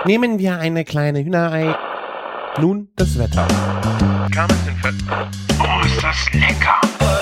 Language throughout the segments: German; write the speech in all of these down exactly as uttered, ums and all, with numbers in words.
Nehmen wir eine kleine Hühnerei. Nun das Wetter. Oh, ist das lecker!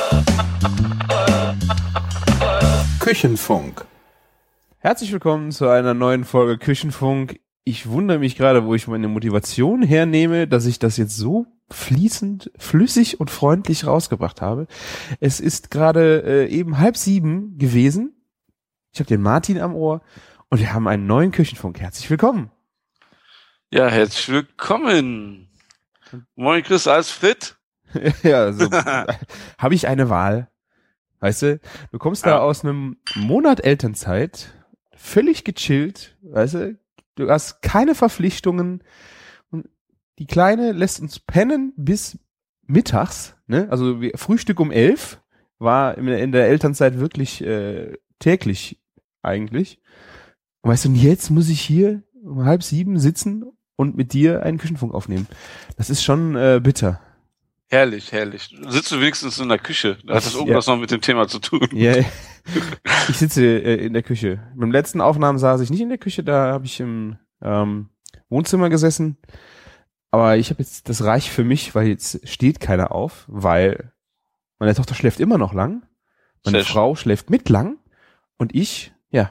Küchenfunk. Herzlich willkommen zu einer neuen Folge Küchenfunk. Ich wundere mich gerade, wo ich meine Motivation hernehme, dass ich das jetzt so fließend, flüssig und freundlich rausgebracht habe. Es ist gerade äh, eben halb sieben gewesen. Ich habe den Martin am Ohr und wir haben einen neuen Küchenfunk. Herzlich willkommen. Ja, herzlich willkommen. Moin Chris, alles fit? Ja, so habe ich eine Wahl. Weißt du, du kommst ja. da aus einem Monat Elternzeit, völlig gechillt, weißt du, du hast keine Verpflichtungen und die Kleine lässt uns pennen bis mittags, ne? Also wir, Frühstück um elf war in, in der Elternzeit wirklich äh, täglich eigentlich. Und weißt du, und jetzt muss ich hier um halb sieben sitzen und mit dir einen Küchenfunk aufnehmen. Das ist schon äh, bitter. Herrlich, herrlich. Sitzt du wenigstens in der Küche? Da hat das irgendwas ja. noch mit dem Thema zu tun. Ja, ich sitze äh, in der Küche. Beim letzten Aufnahmen saß ich nicht in der Küche, da habe ich im ähm, Wohnzimmer gesessen. Aber ich habe jetzt, das reicht für mich, weil jetzt steht keiner auf, weil meine Tochter schläft immer noch lang, meine Sehr Frau schön. schläft mit lang und ich, ja,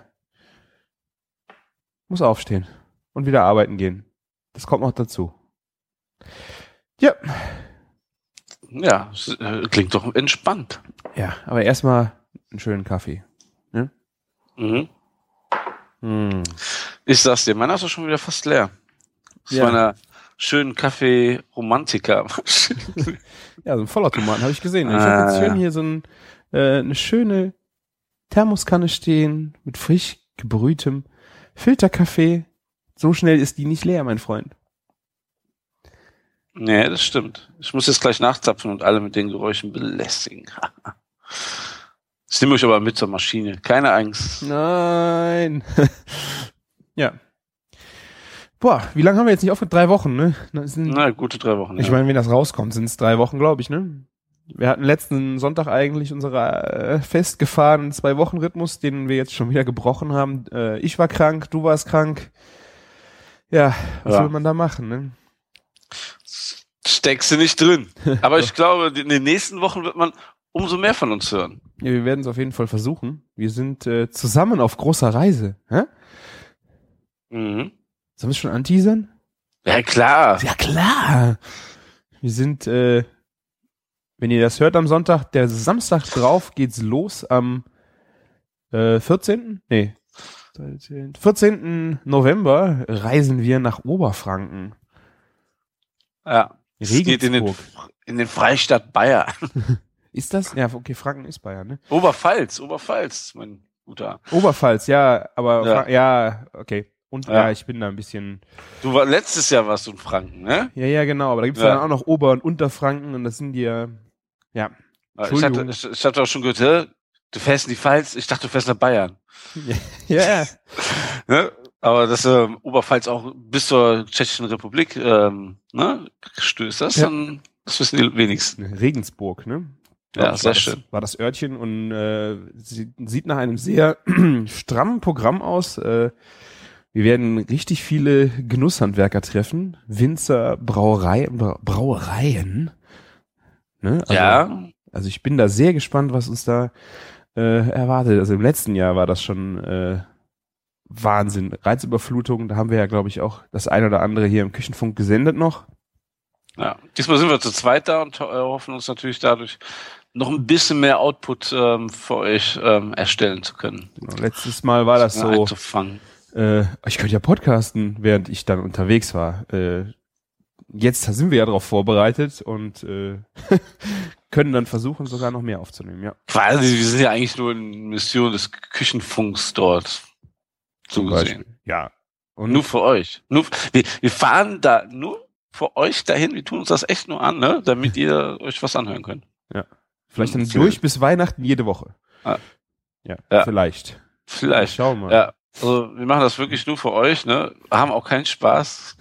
muss aufstehen und wieder arbeiten gehen. Das kommt noch dazu. Ja. Ja, klingt doch entspannt. Ja, aber erstmal einen schönen Kaffee. Ne? Mhm. Hm. Ich sag's dir, meiner ist doch schon wieder fast leer. Aus ja. meiner schönen Kaffee-Romantiker. Ja, so ein Vollautomaten habe ich gesehen. Ich habe jetzt schön hier so ein, äh, eine schöne Thermoskanne stehen mit frisch gebrühtem Filterkaffee. So schnell ist die nicht leer, mein Freund. Nee, das stimmt. Ich muss jetzt gleich nachzapfen und alle mit den Geräuschen belästigen. Ich nehme euch aber mit zur Maschine. Keine Angst. Nein. Ja. Boah, wie lange haben wir jetzt nicht aufgehört? Drei Wochen, ne? Sind, Na, gute drei Wochen. Ich ja. meine, wenn das rauskommt, sind es drei Wochen, glaube ich, ne? Wir hatten letzten Sonntag eigentlich unsere äh, festgefahrenen Zwei-Wochen-Rhythmus, den wir jetzt schon wieder gebrochen haben. Äh, ich war krank, du warst krank. Ja, was ja. will man da machen, ne? Steckst du nicht drin. Aber ich glaube, in den nächsten Wochen wird man umso mehr von uns hören. Ja, wir werden es auf jeden Fall versuchen. Wir sind äh, zusammen auf großer Reise. Hä? Mhm. Sollen wir es schon anteasern? Ja, klar. Ja, klar. Wir sind, äh, wenn ihr das hört am Sonntag, der Samstag drauf geht's los am äh, vierzehnten Nee. vierzehnten November reisen wir nach Oberfranken. Ja. Es geht in den, in den Freistaat Bayern. Ist das? Ja, okay, Franken ist Bayern, ne? Oberpfalz, Oberpfalz, mein guter. Oberpfalz, ja, aber ja, Fra- ja okay. Und ja. ja, ich bin da ein bisschen. Du war letztes Jahr warst du in Franken, ne? Ja, ja, genau, aber da gibt's ja. dann auch noch Ober- und Unterfranken und das sind die ja, ja. Ich hatte, ich, ich hatte auch schon gehört, hä? Du fährst in die Pfalz, ich dachte, du fährst nach Bayern. Ja, ja. Ne? Aber das ähm, Oberpfalz auch bis zur Tschechischen Republik ähm, ne, stößt das, ja. dann das wissen die wenigsten. Regensburg, ne? Ja, das sehr war schön. Das, war das Örtchen und äh, sie, sieht nach einem sehr strammen Programm aus. Äh, wir werden richtig viele Genusshandwerker treffen, Winzer, Brauerei, Bra- Brauereien. Ne? Also, ja. Also ich bin da sehr gespannt, was uns da äh, erwartet. Also im letzten Jahr war das schon äh, Wahnsinn. Reizüberflutung, da haben wir ja, glaube ich, auch das ein oder andere hier im Küchenfunk gesendet noch. Ja, diesmal sind wir zu zweit da und äh, hoffen uns natürlich dadurch noch ein bisschen mehr Output ähm, für euch ähm, erstellen zu können. Genau, letztes Mal war das so, äh, ich könnte ja podcasten, während ich dann unterwegs war. Äh, jetzt sind wir ja darauf vorbereitet und äh, können dann versuchen, sogar noch mehr aufzunehmen, ja. Quasi, wir sind ja eigentlich nur in Mission des Küchenfunks dort. So gesehen. Ja. Und nur für euch. Nur, wir, wir fahren da nur für euch dahin. Wir tun uns das echt nur an, ne, damit ihr euch was anhören könnt. Ja. Vielleicht dann durch bis Weihnachten jede Woche. Ah. Ja, ja. Vielleicht. Vielleicht. Schauen wir mal. Ja. Also, wir machen das wirklich nur für euch, ne, haben auch keinen Spaß.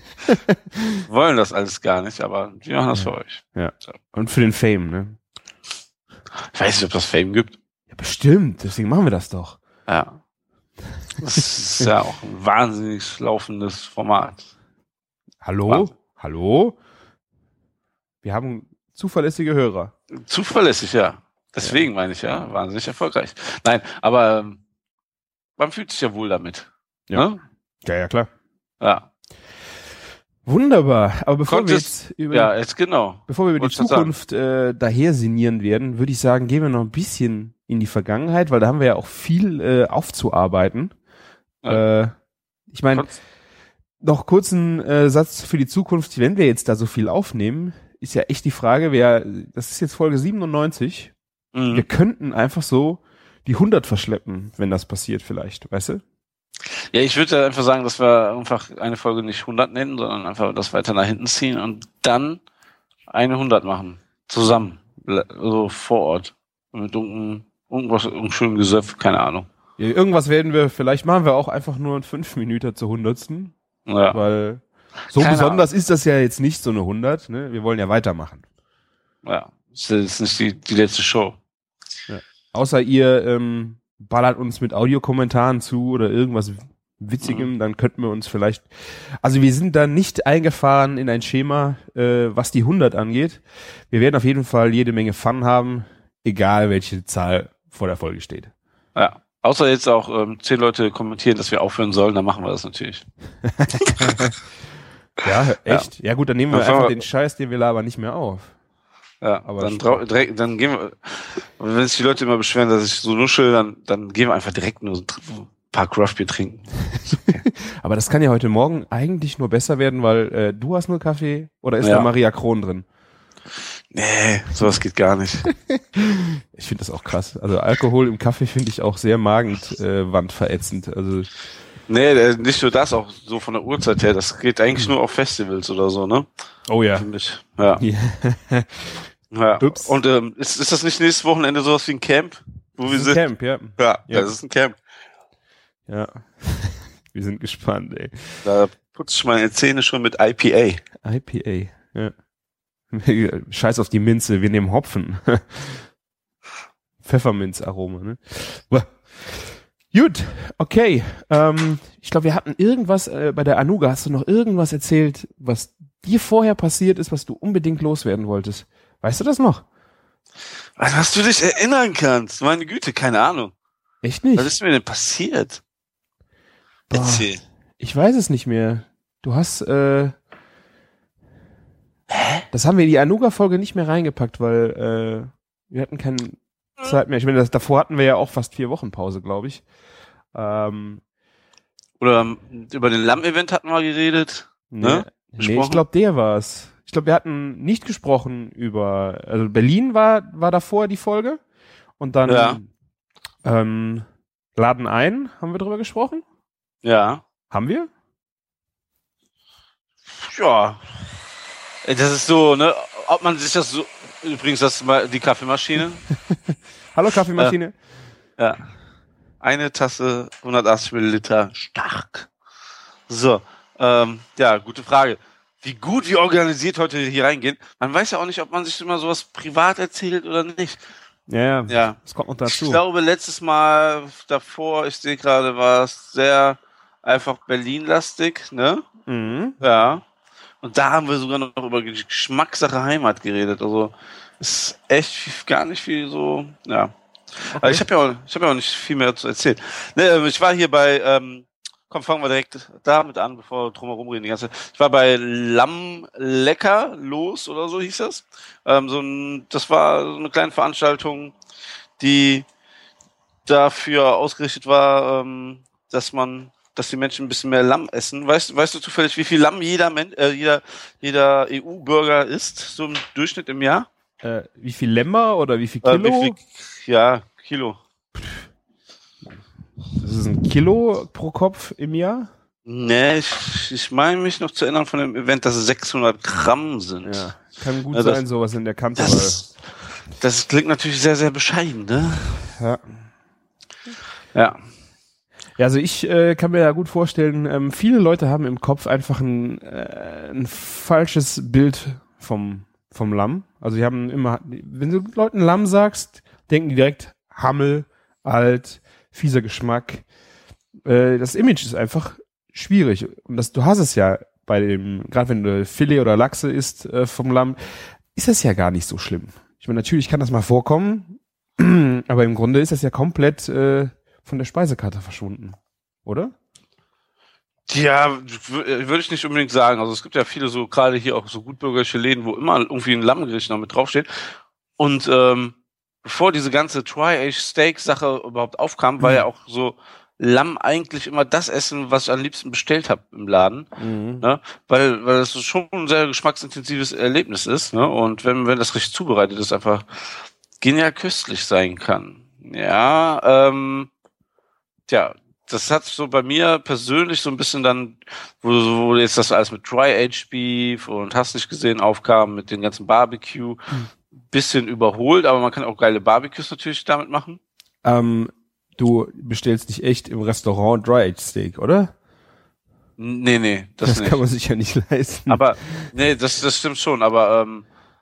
Wollen das alles gar nicht, aber wir machen das ja. für euch. Ja. So. Und für den Fame, ne? Ich weiß nicht, ob das Fame gibt. Ja, bestimmt. Deswegen machen wir das doch. Ja. Das ist ja auch ein wahnsinnig laufendes Format. Hallo? Wahnsinn. Hallo? Wir haben zuverlässige Hörer. Zuverlässig, ja. Deswegen ja. meine ich, ja, wahnsinnig erfolgreich. Nein, aber ähm, man fühlt sich ja wohl damit. Ja, ne? ja, ja, klar. Ja. Wunderbar. Aber bevor Konntest, wir jetzt über, ja, jetzt genau. bevor wir über die Zukunft äh, daher sinnieren werden, würde ich sagen, gehen wir noch ein bisschen in die Vergangenheit, weil da haben wir ja auch viel äh, aufzuarbeiten. Ja. Äh, ich meine, noch kurz einen äh, Satz für die Zukunft. Wenn wir jetzt da so viel aufnehmen, ist ja echt die Frage, wer, das ist jetzt Folge siebenundneunzig, mhm. wir könnten einfach so die hundert verschleppen, wenn das passiert vielleicht, weißt du? Ja, ich würde einfach sagen, dass wir einfach eine Folge nicht hundert nennen, sondern einfach das weiter nach hinten ziehen und dann eine hundert machen. Zusammen. So vor Ort. Mit irgendeinem, irgendwas, irgendeinem schönen Gesöff, keine Ahnung. Ja, irgendwas werden wir, vielleicht machen wir auch einfach nur einen fünf Minuten zur hundertsten. Ja. Weil so keine besonders Ahnung. Ist das ja jetzt nicht so eine hundert, ne? Wir wollen ja weitermachen. Ja, das ist nicht die, die letzte Show. Ja. Außer ihr ähm, ballert uns mit Audiokommentaren zu oder irgendwas Witzigem, mhm. dann könnten wir uns vielleicht, also wir sind da nicht eingefahren in ein Schema, äh, was die hundert angeht. Wir werden auf jeden Fall jede Menge Fun haben, egal welche Zahl vor der Folge steht. Ja, außer jetzt auch ähm, zehn Leute kommentieren, dass wir aufhören sollen, dann machen wir das natürlich. Ja, echt? Ja. Ja gut, dann nehmen wir dann einfach wir den Scheiß, den wir labern, nicht mehr auf. Ja, aber dann, trau- direkt, dann gehen wir, wenn sich die Leute immer beschweren, dass ich so nuschel, dann, dann gehen wir einfach direkt nur so ein paar Craftbier trinken. Okay. Aber das kann ja heute Morgen eigentlich nur besser werden, weil äh, du hast nur Kaffee oder ist ja. da Maria Kron drin? Nee, sowas geht gar nicht. Ich finde das auch krass. Also Alkohol im Kaffee finde ich auch sehr magenwandverätzend. Äh, also nee, nicht nur das, auch so von der Uhrzeit her. Das geht eigentlich nur auf Festivals oder so, ne? Oh ja. Finde ich. Ja. Yeah. Ja. Ups. Und ähm, ist, ist das nicht nächstes Wochenende sowas wie ein Camp? Wo das wir ist sind? Ein Camp, ja. Ja, ja, das ist ein Camp. Ja. Wir sind gespannt, ey. Da putze ich meine Zähne schon mit I P A. I P A, ja. Scheiß auf die Minze, wir nehmen Hopfen. Pfefferminzaroma, ne? Gut, okay. Ähm, ich glaube, wir hatten irgendwas äh, bei der Anuga. Hast du noch irgendwas erzählt, was dir vorher passiert ist, was du unbedingt loswerden wolltest? Weißt du das noch? An was du dich erinnern kannst? Meine Güte, keine Ahnung. Echt nicht? Was ist mir denn passiert? Boah, Erzähl. Ich weiß es nicht mehr. Du hast, äh, Hä? Das haben wir in die Anuga-Folge nicht mehr reingepackt, weil äh, wir hatten keine Zeit mehr. Ich meine, das, davor hatten wir ja auch fast vier Wochen Pause, glaube ich. Ähm, Oder um, über den Lamm-Event hatten wir geredet. Nee, ne? nee ich glaube, der war's. Ich glaube, wir hatten nicht gesprochen über, also Berlin war war davor die Folge und dann ja. ähm, Laden ein, haben wir drüber gesprochen? Ja. Haben wir? Ja. Das ist so, ne, ob man sich das so, übrigens, das ist mal die Kaffeemaschine. Hallo Kaffeemaschine. Äh, ja. Eine Tasse, hundertachtzig Milliliter, stark. So, ähm, ja, gute Frage. Wie gut, wie organisiert heute hier reingehen. Man weiß ja auch nicht, ob man sich immer sowas privat erzählt oder nicht. Ja, ja, ja. Das kommt noch dazu. Ich glaube, letztes Mal davor, ich sehe gerade, war es sehr einfach Berlin-lastig, ne? Mhm. Ja. Und da haben wir sogar noch über Geschmackssache Heimat geredet. Also ist echt gar nicht viel so, ja. Okay. Aber ich habe ja, auch, ich hab ja auch nicht viel mehr zu erzählen. Ne, ich war hier bei, ähm, komm, fangen wir direkt damit an, bevor wir drumherum reden die ganze Zeit. Ich war bei Lamm Lecker los oder so hieß das. Ähm, so ein, das war so eine kleine Veranstaltung, die dafür ausgerichtet war, ähm, dass man dass die Menschen ein bisschen mehr Lamm essen. Weißt, weißt du zufällig, wie viel Lamm jeder Men- äh, jeder, jeder E U-Bürger isst, so im Durchschnitt im Jahr? Äh, wie viel Lämmer oder wie viel Kilo? Äh, wie viel, ja, Kilo. Das ist ein Kilo pro Kopf im Jahr? Nee, ich, ich meine mich noch zu erinnern von dem Event, dass es sechshundert Gramm sind. Ja, kann gut ja, das, sein, sowas in der Kante. Das, ist, das klingt natürlich sehr, sehr bescheiden, ne? Ja. Ja. Ja, also ich äh, kann mir da gut vorstellen, ähm, viele Leute haben im Kopf einfach ein, äh, ein falsches Bild vom vom Lamm. Also die haben immer, wenn du Leuten Lamm sagst, denken die direkt Hammel, alt, fieser Geschmack, äh, das Image ist einfach schwierig. Und das, du hast es ja bei dem, gerade wenn du Filet oder Lachse isst äh, vom Lamm, ist das ja gar nicht so schlimm. Ich meine, natürlich kann das mal vorkommen, aber im Grunde ist das ja komplett äh, von der Speisekarte verschwunden, oder? Ja, würde ich nicht unbedingt sagen. Also es gibt ja viele so, gerade hier auch so gutbürgerliche Läden, wo immer irgendwie ein Lammgericht noch mit draufsteht. Und ähm, bevor diese ganze Tri-Age-Steak-Sache überhaupt aufkam, war mhm. ja auch so Lamm eigentlich immer das Essen, was ich am liebsten bestellt habe im Laden. Mhm. Ne? Weil weil das schon ein sehr geschmacksintensives Erlebnis ist. Ne? Und wenn wenn das richtig zubereitet ist, einfach genial köstlich sein kann. Ja, ähm, tja, das hat so bei mir persönlich so ein bisschen dann, wo, wo jetzt das alles mit Dry-Aged Beef und hast nicht gesehen aufkam, mit den ganzen Barbecue, mhm. bisschen überholt, aber man kann auch geile Barbecues natürlich damit machen. Ähm, du bestellst nicht echt im Restaurant Dry-Aged Steak, oder? Nee, nee, das, das nicht. kann man sich ja nicht leisten. Aber, nee, das, das stimmt schon, aber, ähm,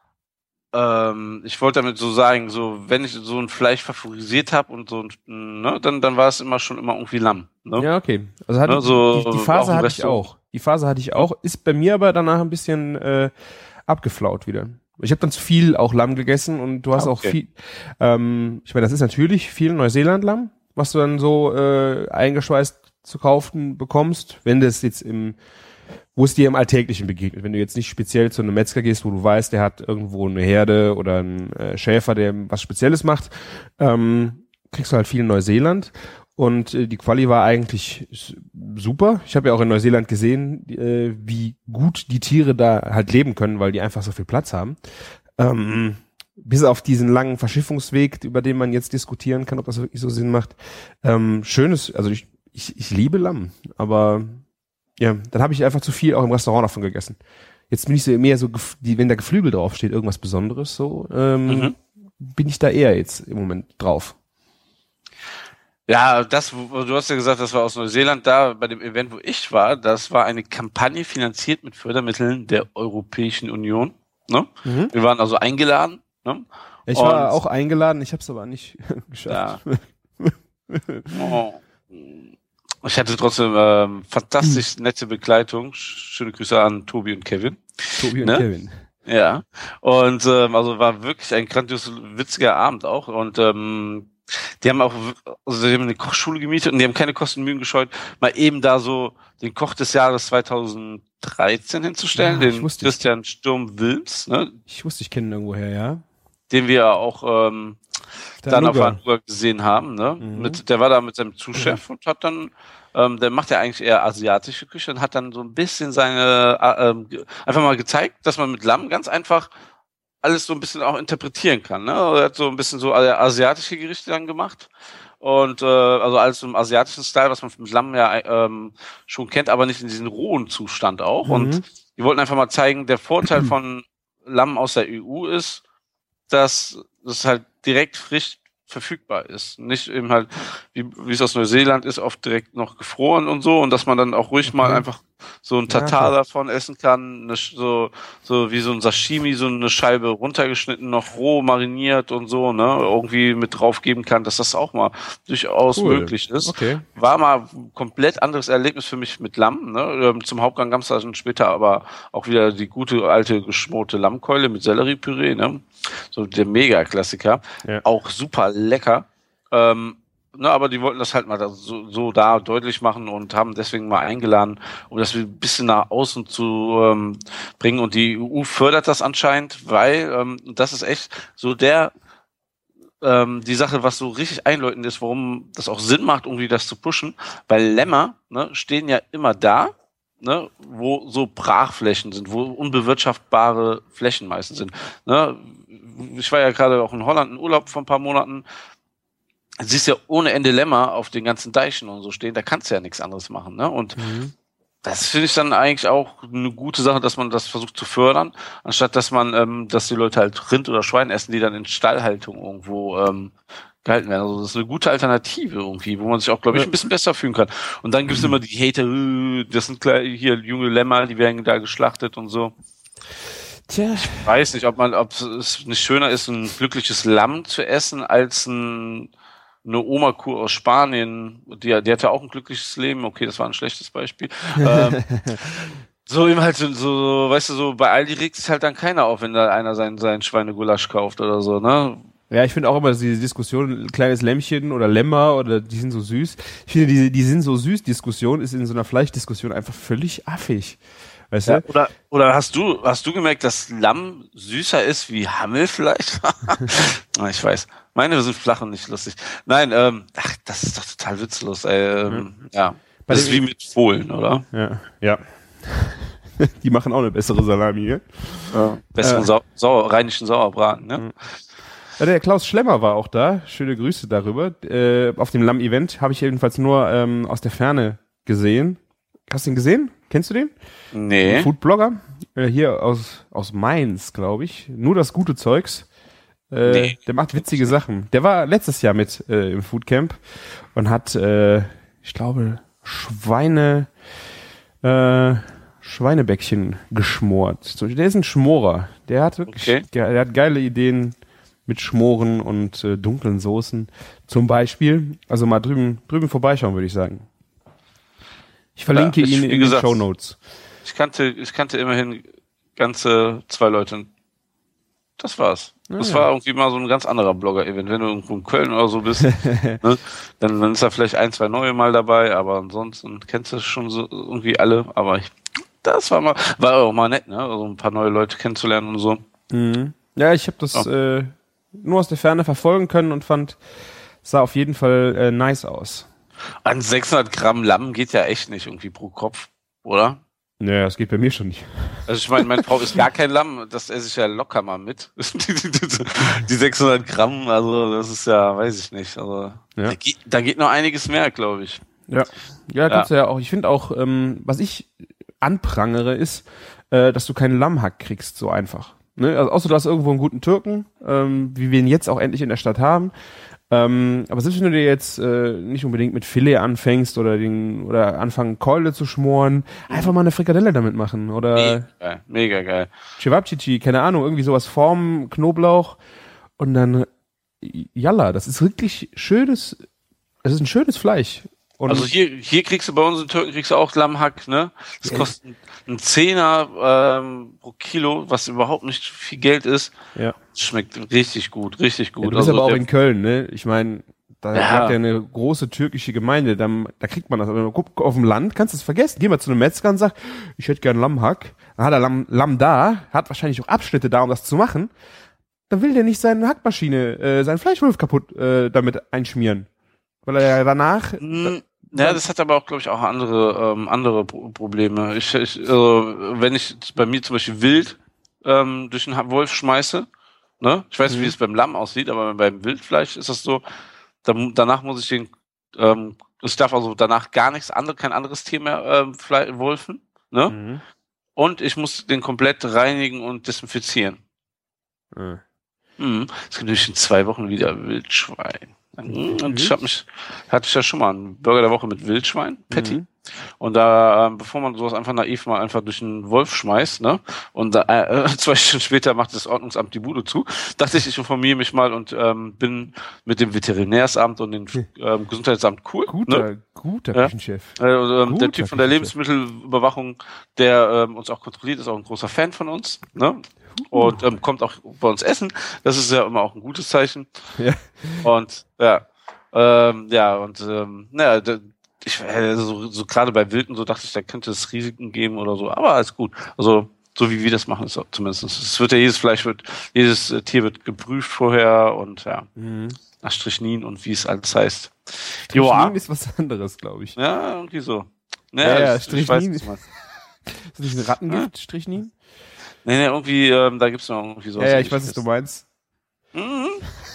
Ähm, ich wollte damit so sagen, so wenn ich so ein Fleisch favorisiert habe und so, ne, dann dann war es immer schon immer irgendwie Lamm. Ne? Ja, okay. Also hatte ne, so die, die Phase hatte ich auch. Die Phase hatte ich auch. Ist bei mir aber danach ein bisschen äh, abgeflaut wieder. Ich habe dann zu viel auch Lamm gegessen und du hast okay. auch viel. Ähm, ich meine, das ist natürlich viel Neuseeland-Lamm, was du dann so äh, eingeschweißt zu kaufen bekommst, wenn das jetzt im wo es dir im Alltäglichen begegnet. Wenn du jetzt nicht speziell zu einem Metzger gehst, wo du weißt, der hat irgendwo eine Herde oder einen äh, Schäfer, der was Spezielles macht, ähm, kriegst du halt viel in Neuseeland. Und äh, die Quali war eigentlich super. Ich habe ja auch in Neuseeland gesehen, äh, wie gut die Tiere da halt leben können, weil die einfach so viel Platz haben. Ähm, bis auf diesen langen Verschiffungsweg, über den man jetzt diskutieren kann, ob das wirklich so Sinn macht. Ähm, schönes, also ich, ich, ich liebe Lamm, aber ja, dann habe ich einfach zu viel auch im Restaurant davon gegessen. Jetzt bin ich so mehr so, die, wenn da Geflügel draufsteht, irgendwas Besonderes, so, ähm, mhm. bin ich da eher jetzt im Moment drauf. Ja, das, du hast ja gesagt, das war aus Neuseeland, da bei dem Event, wo ich war, das war eine Kampagne finanziert mit Fördermitteln der Europäischen Union. Ne? Mhm. Wir waren also eingeladen. Ne? Ich Und, war auch eingeladen, ich habe es aber nicht geschafft. Ja. Oh. Ich hatte trotzdem ähm, fantastisch nette Begleitung. Schöne Grüße an Tobi und Kevin. Tobi und ne? Kevin. Ja. Und ähm, also war wirklich ein grandios witziger Abend auch. Und ähm, die haben auch, also die haben eine Kochschule gemietet und die haben keine Kosten und Mühen gescheut, mal eben da so den Koch des Jahres zweitausenddreizehn hinzustellen, ja, den Christian Sturm-Wilms. Ne? Ich wusste, ich kenne ihn irgendwoher, ja. Den wir auch ähm, dann Nuga. auf Hannover gesehen haben, ne? Mhm. Mit, der war da mit seinem Zuschef mhm. und hat dann, ähm, der macht ja eigentlich eher asiatische Küche und hat dann so ein bisschen seine, äh, äh, einfach mal gezeigt, dass man mit Lamm ganz einfach alles so ein bisschen auch interpretieren kann, ne? Er hat so ein bisschen so asiatische Gerichte dann gemacht und äh, also alles im asiatischen Style, was man mit Lamm ja ähm, schon kennt, aber nicht in diesem rohen Zustand auch. Mhm. Und die wollten einfach mal zeigen, der Vorteil von Lamm aus der E U ist, dass das halt direkt frisch verfügbar ist. Nicht eben halt, wie, wie es aus Neuseeland ist, oft direkt noch gefroren und so und dass man dann auch ruhig okay. mal einfach so ein Tatar ja, davon essen kann, eine, so so wie so ein Sashimi, so eine Scheibe runtergeschnitten, noch roh mariniert und so, ne, irgendwie mit draufgeben kann, dass das auch mal durchaus cool. möglich ist. Okay. War mal ein komplett anderes Erlebnis für mich mit Lamm, ne, zum Hauptgang gab es dann später aber auch wieder die gute alte geschmorte Lammkeule mit Selleriepüree, ne, so der Mega-Klassiker, ja. auch super lecker, ähm, ne, aber die wollten das halt mal so, so da deutlich machen und haben deswegen mal eingeladen, um das ein bisschen nach außen zu ähm, bringen. Und die E U fördert das anscheinend, weil ähm, das ist echt so der ähm, die Sache, was so richtig einläutend ist, warum das auch Sinn macht, irgendwie das zu pushen, weil Lämmer, ne, stehen ja immer da, ne, wo so Brachflächen sind, wo unbewirtschaftbare Flächen meistens sind. Ne? Ich war ja gerade auch in Holland in Urlaub vor ein paar Monaten. Du siehst ja ohne Ende Lämmer auf den ganzen Deichen und so stehen, da kannst du ja nichts anderes machen, ne? Und mhm. das finde ich dann eigentlich auch eine gute Sache, dass man das versucht zu fördern, anstatt dass man, ähm, dass die Leute halt Rind oder Schwein essen, die dann in Stallhaltung irgendwo ähm, gehalten werden. Also das ist eine gute Alternative irgendwie, wo man sich auch, glaube ich, ein bisschen besser fühlen kann. Und dann gibt's immer die Hater, das sind hier junge Lämmer, die werden da geschlachtet und so. Tja. Ich weiß nicht, ob man, ob es nicht schöner ist, ein glückliches Lamm zu essen, als ein eine Oma-Kuh aus Spanien, die, die hatte auch ein glückliches Leben. Okay, das war ein schlechtes Beispiel. ähm, so eben halt so, so, weißt du, so bei Aldi regt sich halt dann keiner auf, wenn da einer seinen, seinen Schweinegulasch kauft oder so, ne? Ja, ich finde auch immer diese Diskussion, kleines Lämmchen oder Lämmer oder die sind so süß. Ich finde, diese die sind so süß Diskussion ist in so einer Fleischdiskussion einfach völlig affig. Weißt Ja, du? oder, oder hast du, hast du gemerkt, dass Lamm süßer ist wie Hammelfleisch? Ich weiß. Meine sind flach und nicht lustig. Nein, ähm, ach, das ist doch total witzlos, ey. Ähm, ja. ja. Das ist wie mit Fohlen, oder? Ja, ja. Die machen auch eine bessere Salami, ne? Ja. Besseren äh. Sau Sauer, rheinischen Sauerbraten, ne? Ja, der Klaus Schlemmer war auch da. Schöne Grüße darüber. Äh, auf dem Lamm-Event habe ich jedenfalls nur ähm, aus der Ferne gesehen. Hast du ihn gesehen? Kennst du den? Nee. Foodblogger. Äh, hier aus, aus Mainz, glaube ich. Nur das gute Zeugs. Äh, nee. Der macht witzige Sachen. Der war letztes Jahr mit äh, im Foodcamp und hat, äh, ich glaube, Schweine, äh, Schweinebäckchen geschmort. Der ist ein Schmorer. Der hat wirklich, okay. der, der hat geile Ideen mit Schmoren und äh, dunklen Soßen zum Beispiel. Also mal drüben, drüben vorbeischauen, würde ich sagen. Ich verlinke ja, ich, ihn in gesagt, den Shownotes. Ich kannte, ich kannte immerhin ganze zwei Leute. Das war's. Ah, das ja. war irgendwie mal so ein ganz anderer Blogger-Event. Wenn du irgendwo in Köln oder so bist, ne, dann, dann ist da vielleicht ein, zwei neue mal dabei, aber ansonsten kennst du schon so irgendwie alle. Aber ich, das war mal, war auch mal nett, ne? Also ein paar neue Leute kennenzulernen und so. Mhm. Ja, ich habe das oh. äh, nur aus der Ferne verfolgen können und fand, sah auf jeden Fall äh, nice aus. An sechshundert Gramm Lamm geht ja echt nicht irgendwie pro Kopf, oder? Naja, das geht bei mir schon nicht. Also ich meine, meine Frau isst gar kein Lamm, das esse ich ja locker mal mit. Die sechshundert Gramm, also das ist ja, weiß ich nicht. Also ja. da, geht, da geht noch einiges mehr, glaube ich. Ja, ja, kannst ja. du ja auch. Ich finde auch, ähm, was ich anprangere, ist, äh, dass du keinen Lammhack kriegst, so einfach. Ne? Also außer du hast irgendwo einen guten Türken, ähm, wie wir ihn jetzt auch endlich in der Stadt haben. Ähm, aber selbst wenn du dir jetzt äh, nicht unbedingt mit Filet anfängst oder den oder anfangen Keule zu schmoren, einfach mal eine Frikadelle damit machen oder mega geil, mega geil. Cevapcici, keine Ahnung, irgendwie sowas Formen, Knoblauch und dann Jalla, das ist wirklich schönes, das ist ein schönes Fleisch. Und also hier, hier kriegst du bei uns in Türken kriegst du auch Lammhack, ne? Das ja. kostet einen Zehner ähm, pro Kilo, was überhaupt nicht viel Geld ist. Ja. Schmeckt richtig gut, richtig gut. Ja, du bist also aber auch in Köln, ne? Ich meine, da ja. hat ja eine große türkische Gemeinde, da, da kriegt man das. Aber guck, auf dem Land kannst du es vergessen. Geh mal zu einem Metzger und sag, ich hätte gern Lammhack. Dann hat er Lamm, Lamm da, hat wahrscheinlich auch Abschnitte da, um das zu machen. Dann will der nicht seine Hackmaschine, äh, seinen Fleischwolf kaputt äh, damit einschmieren. Weil er ja danach... Mm, ja, das hat aber auch, glaube ich, auch andere ähm, andere Pro- Probleme. Ich, ich also, wenn ich bei mir zum Beispiel Wild ähm, durch den Wolf schmeiße, ne? Ich weiß nicht, mhm. wie es beim Lamm aussieht, aber beim Wildfleisch ist das so, dann, danach muss ich den, ähm, ich darf also danach gar nichts anderes, kein anderes Tier mehr ähm, Fle- wolfen, ne? Mhm. Und ich muss den komplett reinigen und desinfizieren. Mhm. Mhm. Es gibt nämlich in zwei Wochen wieder Wildschwein. Und ich hab mich, hatte ich ja schon mal einen Burger der Woche mit Wildschwein, Patty. Mhm. Und da, ähm, bevor man sowas einfach naiv mal einfach durch einen Wolf schmeißt, ne, und da, äh, zwei Stunden später macht das Ordnungsamt die Bude zu, dachte ich, ich informiere mich mal und ähm, bin mit dem Veterinärsamt und dem ähm, Gesundheitsamt cool. Guter, ne? guter ja. Küchenchef. Äh, ähm, guter der Typ von der Lebensmittelüberwachung, der ähm, uns auch kontrolliert, ist auch ein großer Fan von uns, ne? Und ähm, kommt auch bei uns essen. Das ist ja immer auch ein gutes Zeichen. Ja. Und ja, ähm, ja, und ähm, naja, ich äh, so, so gerade bei Wilden, so dachte ich, da könnte es Risiken geben oder so, aber alles gut. Also so wie wir das machen, ist auch zumindest. Es wird ja jedes Fleisch wird, jedes äh, Tier wird geprüft vorher und ja, mhm. nach Strichnin und wie es alles heißt. Strichnin Joa. Ist was anderes, glaube ich. Ja, irgendwie so. Naja, ja, ja, Strichnin. Ich weiß, ist das nicht ein Rattengift, ja? Strichnin? Nee, nee, irgendwie, ähm, da gibt's noch irgendwie sowas. Ja, ja, ich weiß, was du meinst. Mhm.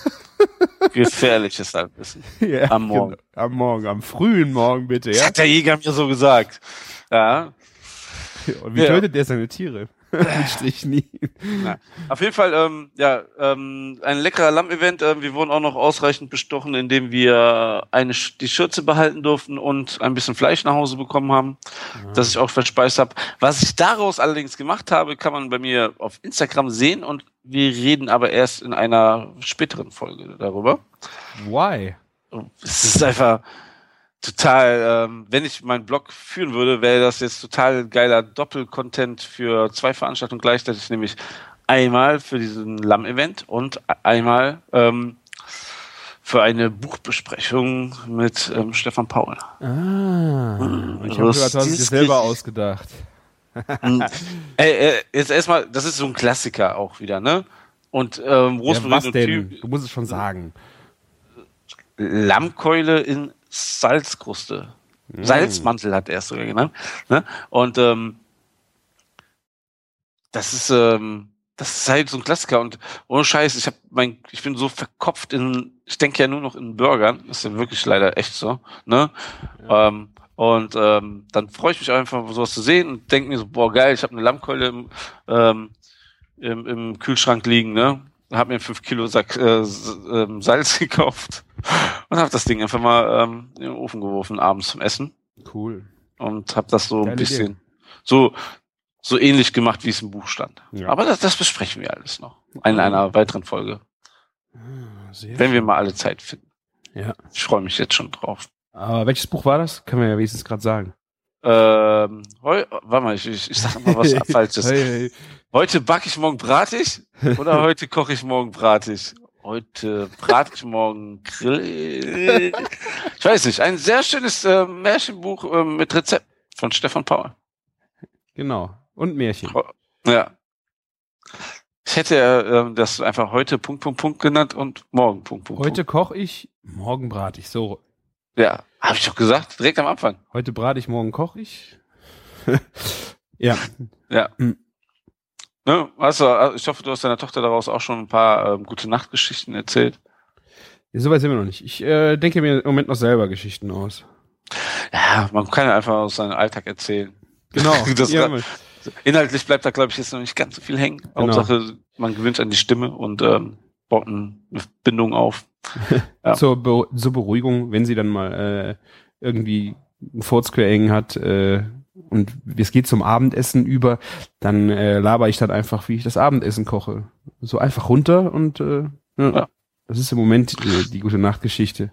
Gefährliches Halbwissen. Ja, am Morgen. Genau. Am Morgen, am frühen Morgen bitte, ja? Das hat der Jäger mir so gesagt. Ja. Und wie ja. tötet der seine Tiere? Mit Strichnin. Na, auf jeden Fall, ähm, ja, ähm, ein leckerer Lamm-Event. Ähm, wir wurden auch noch ausreichend bestochen, indem wir eine die Schürze behalten durften und ein bisschen Fleisch nach Hause bekommen haben, ja. das ich auch verspeist habe. Was ich daraus allerdings gemacht habe, kann man bei mir auf Instagram sehen und wir reden aber erst in einer späteren Folge darüber. Why? es ist einfach total, ähm, wenn ich meinen Blog führen würde, wäre das jetzt total geiler Doppel-Content für zwei Veranstaltungen gleichzeitig, nämlich einmal für diesen Lamm-Event und einmal ähm, für eine Buchbesprechung mit ähm, Stefan Paul. Ah, hm, ich habe gehört, du hast es dir selber ausgedacht. ey, ey, jetzt erstmal, das ist so ein Klassiker auch wieder, ne? Und ähm, Rosmarin ja, was und denn? Thymian, du musst es schon sagen. Lammkeule in Salzkruste. Mm. Salzmantel hat er es sogar genannt. Ne? Und ähm, das ist ähm, das ist halt so ein Klassiker. Und ohne Scheiß, ich hab mein, ich bin so verkopft in, ich denke ja nur noch in Burgern. Das ist ja wirklich leider echt so. Ne? Ja. Ähm, und ähm, dann freue ich mich einfach, sowas zu sehen und denke mir so, boah geil, ich habe eine Lammkeule im, ähm, im, im Kühlschrank liegen, ne? Hab mir fünf Kilo Sack, äh, Salz gekauft und habe das Ding einfach mal ähm, in den Ofen geworfen abends zum Essen. Cool. Und habe das so Geile ein bisschen Idee. so so ähnlich gemacht, wie es im Buch stand. Ja. Aber das, das besprechen wir alles noch in einer weiteren Folge. Sehr wenn schön. wir mal alle Zeit finden. Ja. Ich freue mich jetzt schon drauf. Aber welches Buch war das? Können wir ja wenigstens gerade sagen. Ähm, heu, warte mal, ich, ich, ich sag mal was Falsches. Hey, hey. Heute backe ich, morgen brate ich? Oder heute koche ich, morgen brate ich? Heute brate ich, morgen grill. Ich weiß nicht. Ein sehr schönes äh, Märchenbuch äh, mit Rezept von Stefan Paul. Genau. Und Märchen. Ja. Ich hätte äh, das einfach heute Punkt, Punkt, Punkt genannt und morgen Punkt, Punkt, Heute Punkt. koche ich, morgen brate ich. So. Ja, habe ich doch gesagt, direkt am Anfang. Heute brate ich, morgen koche ich. Ja. Ja. Hm. Ne, also, ich hoffe, du hast deiner Tochter daraus auch schon ein paar ähm, gute Nachtgeschichten erzählt. Ja, Soweit sind wir noch nicht. Ich äh, denke mir im Moment noch selber Geschichten aus. Ja, man kann ja einfach aus seinem Alltag erzählen. Genau. Das ja, grad, inhaltlich bleibt da, glaube ich, jetzt noch nicht ganz so viel hängen. Genau. Hauptsache, man gewinnt an die Stimme und ähm, baut eine Bindung auf. Ja. zur, Be- zur Beruhigung, wenn sie dann mal äh, irgendwie ein Furzquereng hat äh, und es geht zum Abendessen über, dann äh, laber ich dann einfach, wie ich das Abendessen koche. So einfach runter und äh, ja, Ja. das ist im Moment die, die gute Nachtgeschichte.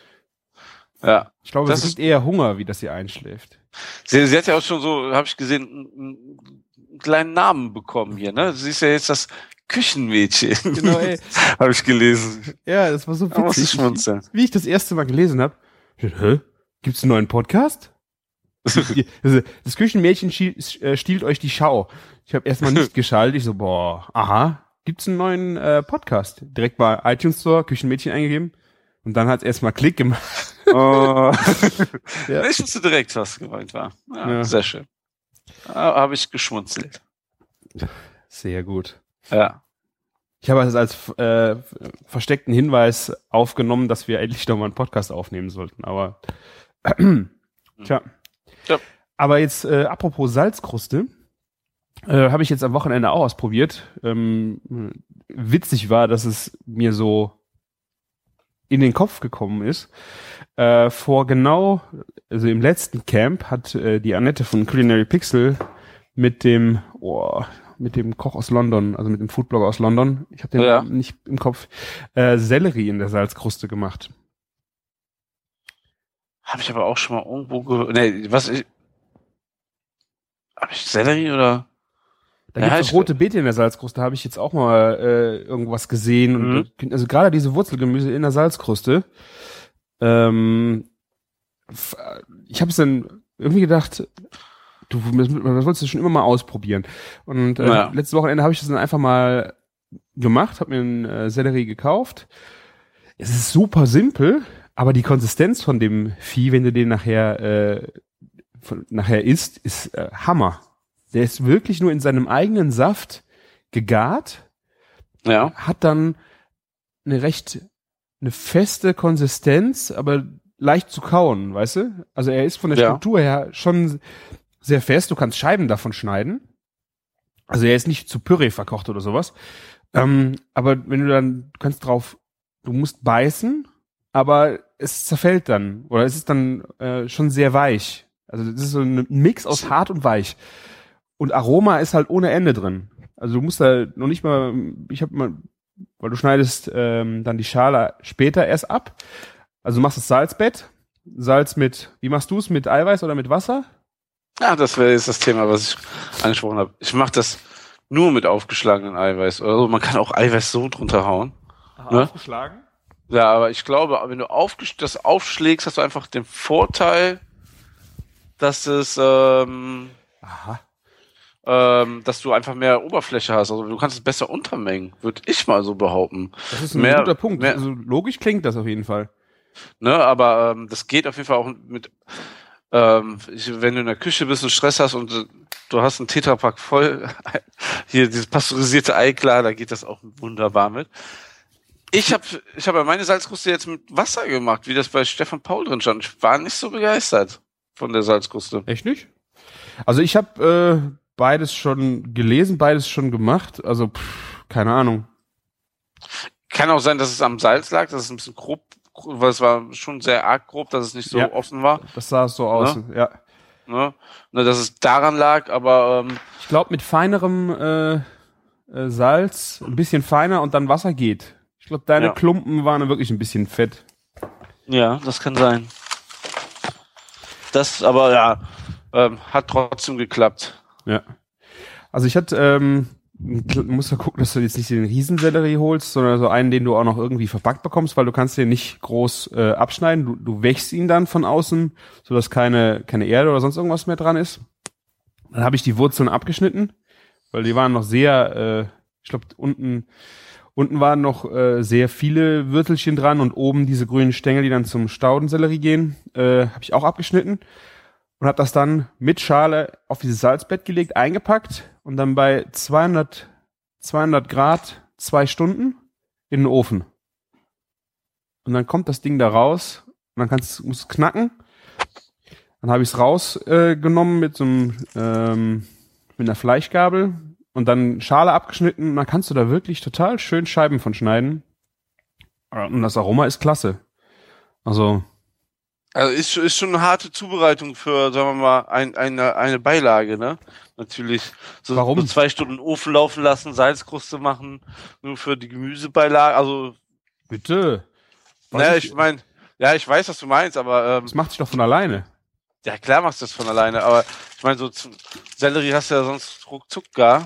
Ja. Ich glaube, Das es ist- ist eher Hunger, wie dass sie einschläft. Sie, sie hat ja auch schon so, habe ich gesehen, einen, einen kleinen Namen bekommen hier, ne? Sie ist ja jetzt das Küchenmädchen. Genau, ey. Habe ich gelesen. Ja, das war so Da muss ich witzig. schmunzeln. Wie ich das erste Mal gelesen habe, hä? Gibt's einen neuen Podcast? Die- also, das Küchenmädchen schie- äh, stiehlt euch die Schau. Ich habe erstmal nicht geschaltet. Ich so, boah, aha, gibt's einen neuen äh, Podcast? Direkt bei iTunes Store Küchenmädchen eingegeben und dann hat's erstmal Klick gemacht. Oh. Ja. Ich wusste direkt, was gemeint war. Ja, Ja. Sehr schön. Da habe ich geschmunzelt. Sehr gut. Ja. Ich habe es als äh, versteckten Hinweis aufgenommen, dass wir endlich noch mal einen Podcast aufnehmen sollten. Aber tja. Ja. Aber jetzt äh, apropos Salzkruste, äh, habe ich jetzt am Wochenende auch ausprobiert. Ähm, witzig war, dass es mir so in den Kopf gekommen ist. Äh, vor genau, also im letzten Camp hat äh, die Annette von Culinary Pixel mit dem, oh, mit dem Koch aus London, also mit dem Foodblogger aus London, ich habe den Ja. Namen nicht im Kopf, äh, Sellerie in der Salzkruste gemacht. Habe ich aber auch schon mal irgendwo gehört. Nee, was ich. Habe ich Sellerie oder? Da Ja, gibt's ich- auch rote Beete in der Salzkruste, habe ich jetzt auch mal äh, irgendwas gesehen. Mhm. Und, also gerade diese Wurzelgemüse in der Salzkruste. Ähm, f- ich habe es dann irgendwie gedacht, du, das wolltest du schon immer mal ausprobieren. Und äh, Ja. letztes Wochenende habe ich das dann einfach mal gemacht, habe mir einen äh, Sellerie gekauft. Es ist super simpel, aber die Konsistenz von dem Vieh, wenn du den nachher äh, von, nachher isst, ist äh, Hammer. Der ist wirklich nur in seinem eigenen Saft gegart, Ja. hat dann eine recht, eine feste Konsistenz, aber leicht zu kauen, weißt du? Also er ist von der Ja. Struktur her schon sehr fest, du kannst Scheiben davon schneiden. Also er ist nicht zu Püree verkocht oder sowas. Ähm, aber wenn du dann, du kannst drauf, du musst beißen, aber es zerfällt dann. Oder es ist dann äh, schon sehr weich. Also das ist so ein Mix aus hart und weich. Und Aroma ist halt ohne Ende drin. Also du musst da noch nicht mal, ich habe mal, weil du schneidest ähm, dann die Schale später erst ab. Also du machst das Salzbett, Salz mit, wie machst du es, mit Eiweiß oder mit Wasser? Ja, das wäre jetzt das Thema, was ich angesprochen habe. Ich mache das nur mit aufgeschlagenen Eiweiß. Also man kann auch Eiweiß so drunter hauen. Aha, ne? Aufgeschlagen? Ja, aber ich glaube, wenn du aufgesch- das aufschlägst, hast du einfach den Vorteil, dass es, ähm, Aha. ähm, dass du einfach mehr Oberfläche hast. Also du kannst es besser untermengen, würde ich mal so behaupten. Das ist ein mehr, guter Punkt. Mehr, also logisch klingt das auf jeden Fall. Ne, aber ähm, das geht auf jeden Fall auch mit, ähm, ich, wenn du in der Küche bist und Stress hast und äh, du hast einen Tetrapack voll, hier dieses pasteurisierte Ei, klar, da geht das auch wunderbar mit. Ich habe ich hab ja meine Salzkruste jetzt mit Wasser gemacht, wie das bei Stefan Paul drin stand. Ich war nicht so begeistert von der Salzkruste. Echt nicht? Also ich habe äh, beides schon gelesen, beides schon gemacht. Also pff, keine Ahnung. Kann auch sein, dass es am Salz lag, dass es ein bisschen grob, weil es war schon sehr arg grob, dass es nicht so Ja, offen war. Das sah so aus, Ne? ja. Ne? Ne, dass es daran lag, aber ähm, Ich glaube mit feinerem äh, äh, Salz, ein bisschen feiner und dann Wasser geht. Ich glaube, deine Ja. Klumpen waren wirklich ein bisschen fett. ja, das kann sein. Das aber, ja, ähm, hat trotzdem geklappt. Ja. Also ich hatte, ähm, du musst ja gucken, dass du jetzt nicht den Riesensellerie holst, sondern so einen, den du auch noch irgendwie verpackt bekommst, weil du kannst den nicht groß äh, abschneiden. Du, du wächst ihn dann von außen, sodass keine keine Erde oder sonst irgendwas mehr dran ist. Dann habe ich die Wurzeln abgeschnitten, weil die waren noch sehr, äh, ich glaube unten unten waren noch äh, sehr viele Würzelchen dran und oben diese grünen Stängel, die dann zum Staudensellerie gehen, äh, habe ich auch abgeschnitten. Und habe das dann mit Schale auf dieses Salzbett gelegt, eingepackt und dann bei zweihundert, zweihundert Grad zwei Stunden in den Ofen. Und dann kommt das Ding da raus und dann kannst, musst du es knacken. Dann habe ich es rausgenommen äh, genommen mit so einem ähm, mit einer Fleischgabel und dann Schale abgeschnitten. Und dann kannst du da wirklich total schön Scheiben von schneiden. Und das Aroma ist klasse. Also Also ist, ist schon eine harte Zubereitung für, sagen wir mal, ein, eine, eine Beilage, ne? Natürlich. So, Warum? so zwei Stunden in den Ofen laufen lassen, Salzkruste machen, nur für die Gemüsebeilage. Also, bitte. naja, ich, ich meine, ja, ich weiß, was du meinst, aber ähm, das macht sich doch von alleine. ja, klar machst du das von alleine, aber ich meine, so zu, Sellerie hast du ja sonst ruckzuck gar.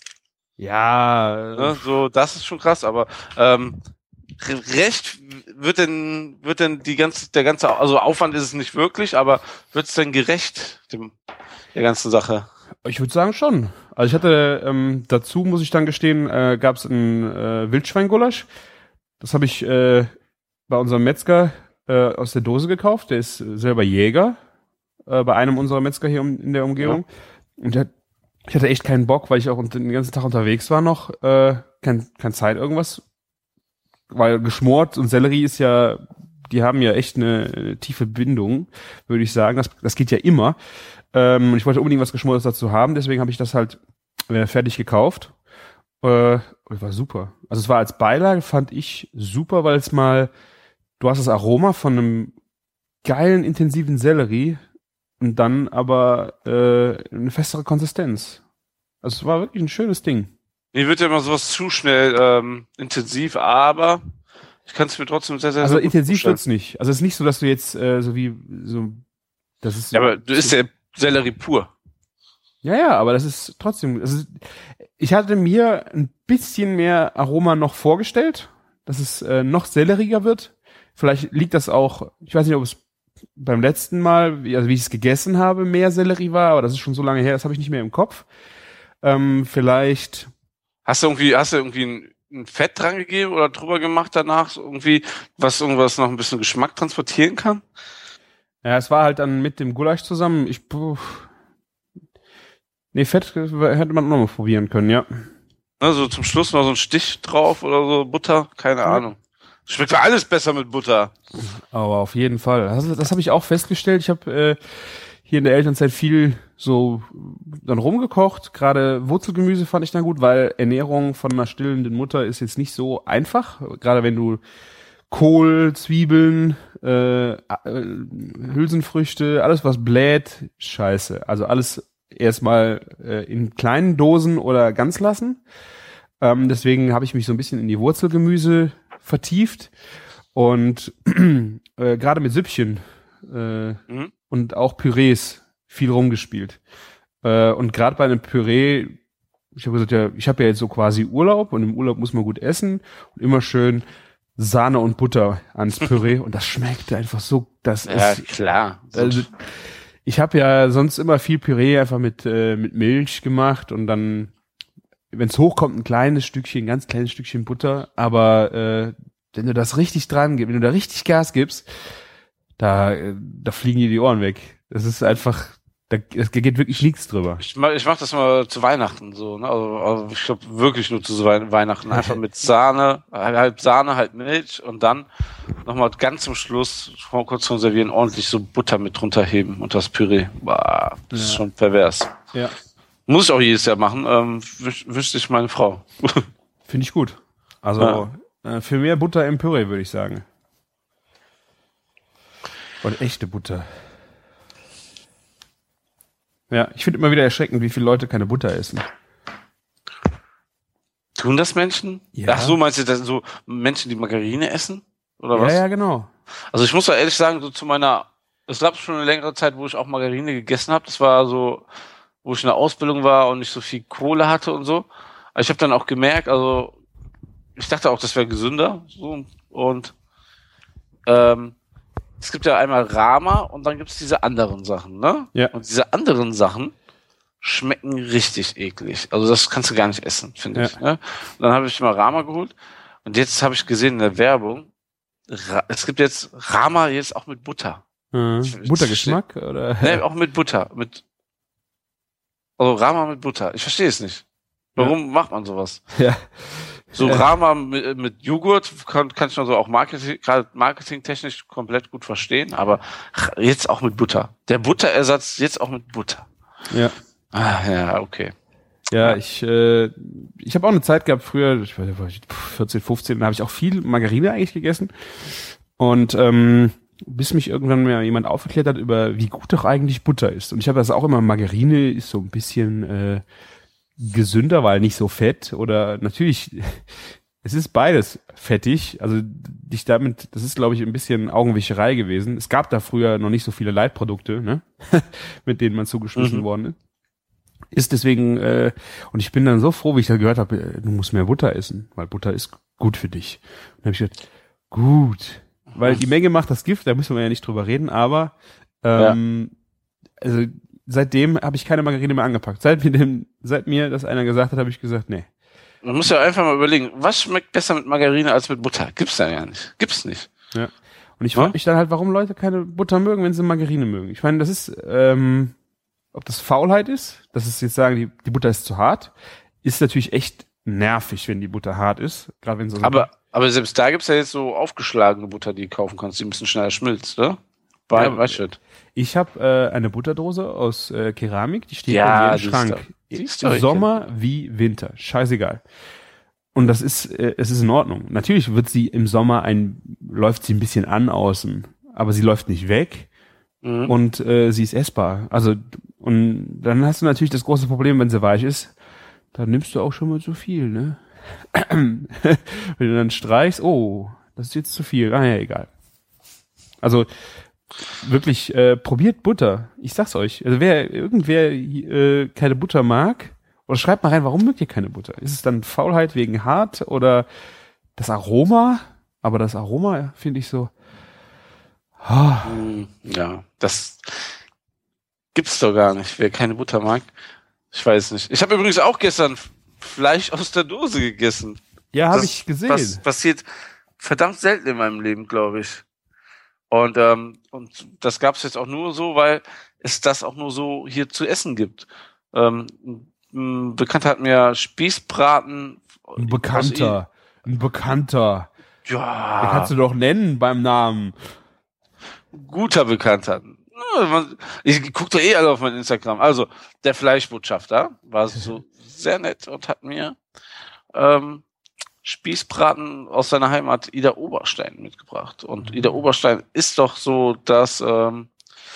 Ja, Ne? So, das ist schon krass, aber ähm, recht wird denn wird denn die ganze der ganze also Aufwand ist es nicht wirklich, aber wird es denn gerecht dem der ganzen Sache? ich würde sagen schon. Also ich hatte ähm, dazu, muss ich dann gestehen, äh, gab es ein äh, Wildschweingulasch. Das habe ich äh, bei unserem Metzger äh, aus der Dose gekauft. Der ist selber Jäger äh, bei einem unserer Metzger hier um, in der Umgebung. Ja. Und der, ich hatte echt keinen Bock, weil ich auch den ganzen Tag unterwegs war noch. Äh, kein, kein Zeit irgendwas. Weil geschmort und Sellerie ist ja, die haben ja echt eine, eine tiefe Bindung, würde ich sagen. Das, das geht ja immer. Ähm, ich wollte unbedingt was Geschmortes dazu haben, deswegen habe ich das halt äh, fertig gekauft. Äh, war super. Also es war als Beilage, fand ich super, weil es mal, du hast das Aroma von einem geilen, intensiven Sellerie und dann aber äh, eine festere Konsistenz. Also es war wirklich ein schönes Ding. Mir wird ja immer sowas zu schnell ähm, intensiv, aber ich kann es mir trotzdem sehr, sehr, also sehr gut intensiv vorstellen. wird's nicht. Also es ist nicht so, dass du jetzt äh, so wie so das ist so, Ja, aber du isst ja Sellerie pur. ja ja, aber das ist trotzdem. Also ich hatte mir ein bisschen mehr Aroma noch vorgestellt, dass es äh, noch selleriger wird. Vielleicht liegt das auch. Ich weiß nicht, ob es beim letzten Mal, wie- also wie ich es gegessen habe, mehr Sellerie war, aber das ist schon so lange her, das habe ich nicht mehr im Kopf. Ähm, vielleicht. Hast du irgendwie, hast du irgendwie ein, ein Fett dran gegeben oder drüber gemacht danach, so irgendwie, was irgendwas noch ein bisschen Geschmack transportieren kann? Ja, es war halt dann mit dem Gulasch zusammen. Ich, puh, nee, Fett hätte man noch mal probieren können, ja. Also zum Schluss noch so ein Stich drauf oder so, Butter, keine Ja. Ahnung. Schmeckt ja alles besser mit Butter. Aber auf jeden Fall. Das, das habe ich auch festgestellt. Ich habe äh, hier in der Elternzeit viel so dann rumgekocht. Gerade Wurzelgemüse fand ich dann gut, weil Ernährung von einer stillenden Mutter ist jetzt nicht so einfach. Gerade wenn du Kohl, Zwiebeln, äh, äh, Hülsenfrüchte, alles was bläht, scheiße. Also alles erstmal äh, in kleinen Dosen oder ganz lassen. Ähm, deswegen habe ich mich so ein bisschen in die Wurzelgemüse vertieft. Und äh, gerade mit Süppchen äh, mhm. und auch Pürees viel rumgespielt. Äh, und gerade bei einem Püree, ich habe gesagt, ja, ich habe ja jetzt so quasi Urlaub und im Urlaub muss man gut essen und immer schön Sahne und Butter ans Püree und das schmeckt einfach so, das ja, ist klar. Also, ich habe ja sonst immer viel Püree einfach mit äh, mit Milch gemacht und dann, wenn es hochkommt, ein kleines Stückchen, ein ganz kleines Stückchen Butter, aber äh, wenn du das richtig dran gibst, wenn du da richtig Gas gibst, da da fliegen dir die Ohren weg. Das ist einfach, da es geht wirklich nichts drüber. Ich mach, ich mach das mal zu Weihnachten so, ne? Also, also ich glaube wirklich nur zu Weihnachten. Einfach mit Sahne, halb Sahne, halb Milch und dann nochmal ganz zum Schluss, kurz zum Servieren, ordentlich so Butter mit drunter heben und das Püree. Bah, das ja. ist schon pervers. Ja. Muss ich auch jedes Jahr machen, ähm, wünscht wünsch sich meine Frau. Finde ich gut. Also ja. äh, für mehr Butter im Püree, würde ich sagen. Und echte Butter. Ja, ich finde immer wieder erschreckend, wie viele Leute keine Butter essen. Tun das Menschen? Ja. Ach so, meinst du, das sind so Menschen, die Margarine essen? Oder ja, was? Ja, ja, genau. Also ich muss ja ehrlich sagen, so zu meiner, es gab schon eine längere Zeit, wo ich auch Margarine gegessen habe. Das war so, wo ich in der Ausbildung war und nicht so viel Kohle hatte und so. Aber ich habe dann auch gemerkt, also ich dachte auch, das wäre gesünder. So, und ähm, es gibt ja einmal Rama und dann gibt es diese anderen Sachen, ne? Ja. Und diese anderen Sachen schmecken richtig eklig. Also das kannst du gar nicht essen, finde ja. ich. Ne? Und dann habe ich mal Rama geholt und jetzt habe ich gesehen in der Werbung, Ra- es gibt jetzt Rama jetzt auch mit Butter. Mhm. Buttergeschmack oder? Ne, auch mit Butter. Mit also Rama mit Butter. Ich verstehe es nicht. Warum ja. macht man sowas? Ja. So Rama mit, mit Joghurt kann, kann ich noch so auch Marketing, gerade marketingtechnisch komplett gut verstehen, aber jetzt auch mit Butter. Der Butterersatz jetzt auch mit Butter. Ja. Ah, ja, okay. Ja, ich äh, ich habe auch eine Zeit gehabt früher, ich weiß nicht, vierzehn, fünfzehn, da habe ich auch viel Margarine eigentlich gegessen und ähm, bis mich irgendwann mal jemand aufgeklärt hat über wie gut doch eigentlich Butter ist. Und ich habe das auch immer, Margarine ist so ein bisschen äh, gesünder, weil nicht so fett oder natürlich, es ist beides fettig, also dich damit, das ist glaube ich ein bisschen Augenwischerei gewesen. Es gab da früher noch nicht so viele Leitprodukte, ne, mit denen man zugeschmissen mhm. worden ist. Ist deswegen, äh, und ich bin dann so froh, wie ich da gehört habe, äh, du musst mehr Butter essen, weil Butter ist gut für dich. Und dann habe ich gedacht, gut, weil die Menge macht das Gift, da müssen wir ja nicht drüber reden, aber ähm, ja. also seitdem habe ich keine Margarine mehr angepackt. Seit mir, dem, seit mir das einer gesagt hat, habe ich gesagt, nee. Man muss ja einfach mal überlegen, was schmeckt besser mit Margarine als mit Butter? Gibt's da ja nicht. Gibt's nicht. Ja. Und ich frage mich dann halt, warum Leute keine Butter mögen, wenn sie Margarine mögen. Ich meine, das ist, ähm, ob das Faulheit ist, dass es jetzt sagen, die, die Butter ist zu hart, ist natürlich echt nervig, wenn die Butter hart ist. Gerade wenn so. Aber, aber selbst da gibt's ja jetzt so aufgeschlagene Butter, die du kaufen kannst, die ein bisschen schneller schmilzt, ne? Bei ja, Weichert. Ich habe äh, eine Butterdose aus äh, Keramik, die steht ja, bei mir im Schrank. Ist Im Sommer wie Winter, scheißegal. Und das ist, äh, es ist in Ordnung. Natürlich wird sie im Sommer ein, läuft sie ein bisschen an außen, aber sie läuft nicht weg mhm. und äh, sie ist essbar. Also und dann hast du natürlich das große Problem, wenn sie weich ist, dann nimmst du auch schon mal zu viel, ne? Wenn du dann streichst, oh, das ist jetzt zu viel. Ah ja, egal. Also wirklich, äh, probiert Butter. Ich sag's euch. Also wer, irgendwer äh, keine Butter mag, oder schreibt mal rein, warum mögt ihr keine Butter? Ist es dann Faulheit wegen hart oder das Aroma? Aber das Aroma finde ich so. Oh. Ja, das gibt's doch gar nicht. Wer keine Butter mag, ich weiß nicht. Ich habe übrigens auch gestern Fleisch aus der Dose gegessen. Ja, habe ich gesehen. Das passiert verdammt selten in meinem Leben, glaube ich. Und ähm, und das gab's jetzt auch nur so, weil es das auch nur so hier zu essen gibt. Ähm, ein Bekannter hat mir Spießbraten. Ein Bekannter. Ein Bekannter. Ja. Den kannst du doch nennen beim Namen. Guter Bekannter. Ich gucke doch eh alle auf mein Instagram. Also, der Fleischbotschafter war so sehr nett und hat mir ähm, Spießbraten aus seiner Heimat Ida Oberstein mitgebracht. Und Ida Oberstein ist doch so das ähm,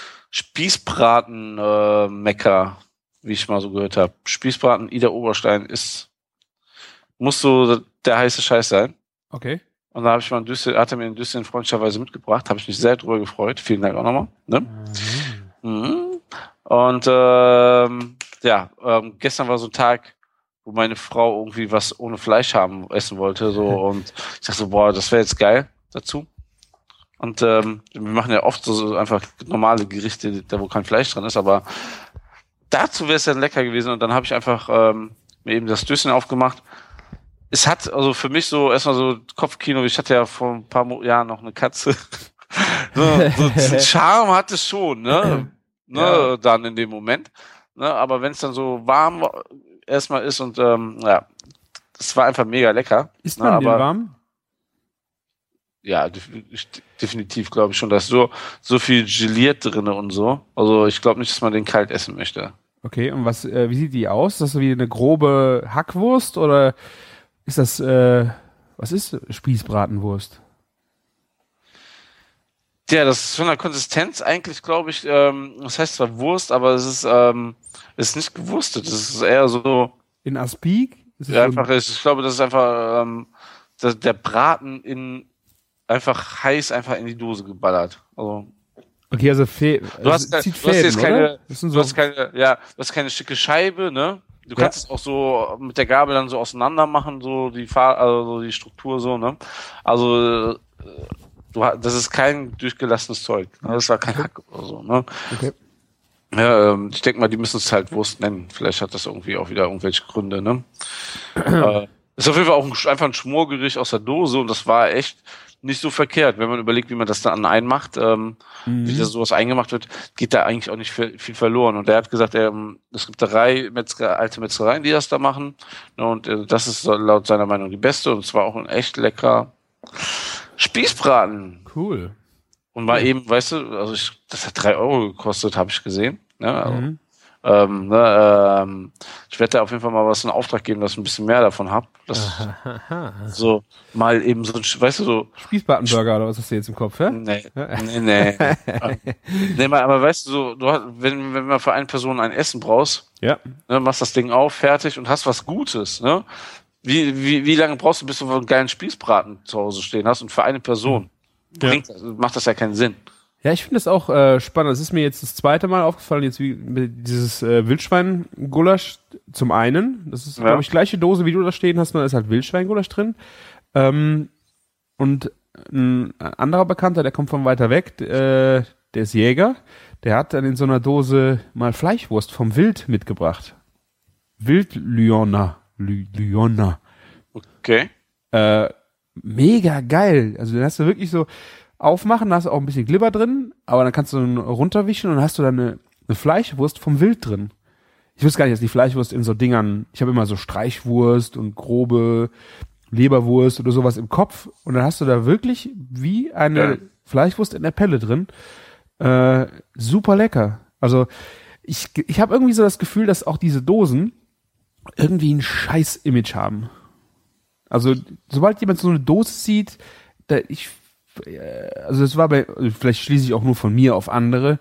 Spießbraten-Mecker, äh, wie ich mal so gehört habe. Spießbraten Ida Oberstein ist, muss so der heiße Scheiß sein. Okay. Und da habe ich mal ein Düsseldorf, hat er mir ein Düsseldorf freundlicherweise mitgebracht, habe ich mich sehr drüber gefreut. Vielen Dank auch nochmal. Ne? Mhm. Mhm. Und ähm, ja, ähm, gestern war so ein Tag, wo meine Frau irgendwie was ohne Fleisch haben essen wollte, so und ich dachte so, boah, das wäre jetzt geil dazu. Und ähm, wir machen ja oft so, so einfach normale Gerichte, da wo kein Fleisch drin ist, aber dazu wäre es dann lecker gewesen. Und dann habe ich einfach ähm, mir eben das Döschen aufgemacht. Es hat also für mich so erstmal so Kopfkino, ich hatte ja vor ein paar Mo- Jahren noch eine Katze. so, so diesen Charme hat es schon, ne? ne? Ja. Dann in dem Moment. Ne? Aber wenn es dann so warm erstmal ist und ähm, ja, das war einfach mega lecker. Ist man ne? aber, den warm? Ja, definitiv glaube ich schon. Da ist so, so viel geliert drin und so. Also ich glaube nicht, dass man den kalt essen möchte. Okay, und was, äh, wie sieht die aus? Ist das so wie eine grobe Hackwurst oder ist das, äh, was ist Spießbratenwurst? Ja, das ist von der Konsistenz eigentlich, glaube ich, ähm, das heißt zwar Wurst, aber es ist, ähm, ist nicht gewurstet. Es ist eher so. In Aspik? Ist ja, einfach, so ich glaube, das ist einfach ähm, der, der Braten in einfach heiß einfach in die Dose geballert. Also. Okay, also, Fe- du hast, also du Fäden, hast jetzt keine, so du hast keine, ja, du hast keine schicke Scheibe, ne? Du kannst ja. es auch so mit der Gabel dann so auseinander machen, so die Fahr- also die Struktur so, ne? Also du, das ist kein durchgelassenes Zeug. Ne? Das war kein Hack oder so, ne? Okay. Ja, ähm, ich denke mal, die müssen es halt Wurst nennen. Vielleicht hat das irgendwie auch wieder irgendwelche Gründe, ne? äh, ist auf jeden Fall auch ein, einfach ein Schmorgericht aus der Dose und das war echt nicht so verkehrt, wenn man überlegt, wie man das dann einmacht, ähm, mhm. wie das sowas eingemacht wird, geht da eigentlich auch nicht viel, viel verloren. Und er hat gesagt, er, es gibt drei Metzger, alte Metzgereien, die das da machen. Und äh, das ist laut seiner Meinung die beste. Und zwar auch ein echt leckerer Spießbraten. Cool. Und war ja. eben, weißt du, also ich, das hat drei Euro gekostet, habe ich gesehen. Ja, also, mhm. ähm, ne, ähm, ich werde da auf jeden Fall mal was in Auftrag geben, dass ich ein bisschen mehr davon habe. So mal eben so, weißt du, so Spießbratenburger oder was hast du jetzt im Kopf, hä? Nee, nee, nee. nee, mal, aber weißt du, so, du hast, wenn, wenn man für eine Person ein Essen brauchst, ja. ne, machst das Ding auf, fertig und hast was Gutes, ne? Wie, wie, wie lange brauchst du, bis du einen geilen Spießbraten zu Hause stehen hast? Und für eine Person ja. bringt, macht das ja keinen Sinn. Ja, ich finde das auch äh, spannend. Es ist mir jetzt das zweite Mal aufgefallen, jetzt wie dieses äh, Wildschwein-Gulasch zum einen. Das ist, ja. glaube ich, gleiche Dose, wie du da stehen hast, nur da ist halt Wildschwein-Gulasch drin. Ähm, und ein anderer Bekannter, der kommt von weiter weg, äh, der ist Jäger, der hat dann in so einer Dose mal Fleischwurst vom Wild mitgebracht. Wild-Lyoner. Lyoner. Okay. Äh, mega geil. Also dann hast du wirklich so aufmachen, da hast du auch ein bisschen Glibber drin, aber dann kannst du dann runterwischen und dann hast du dann eine, eine Fleischwurst vom Wild drin. Ich wusste gar nicht, dass die Fleischwurst in so Dingern, ich habe immer so Streichwurst und grobe Leberwurst oder sowas im Kopf und dann hast du da wirklich wie eine ja. Fleischwurst in der Pelle drin. Äh, super lecker. Also ich, ich habe irgendwie so das Gefühl, dass auch diese Dosen irgendwie ein scheiß Image haben. Also sobald jemand so eine Dose sieht, da ich also das war bei, vielleicht schließe ich auch nur von mir auf andere,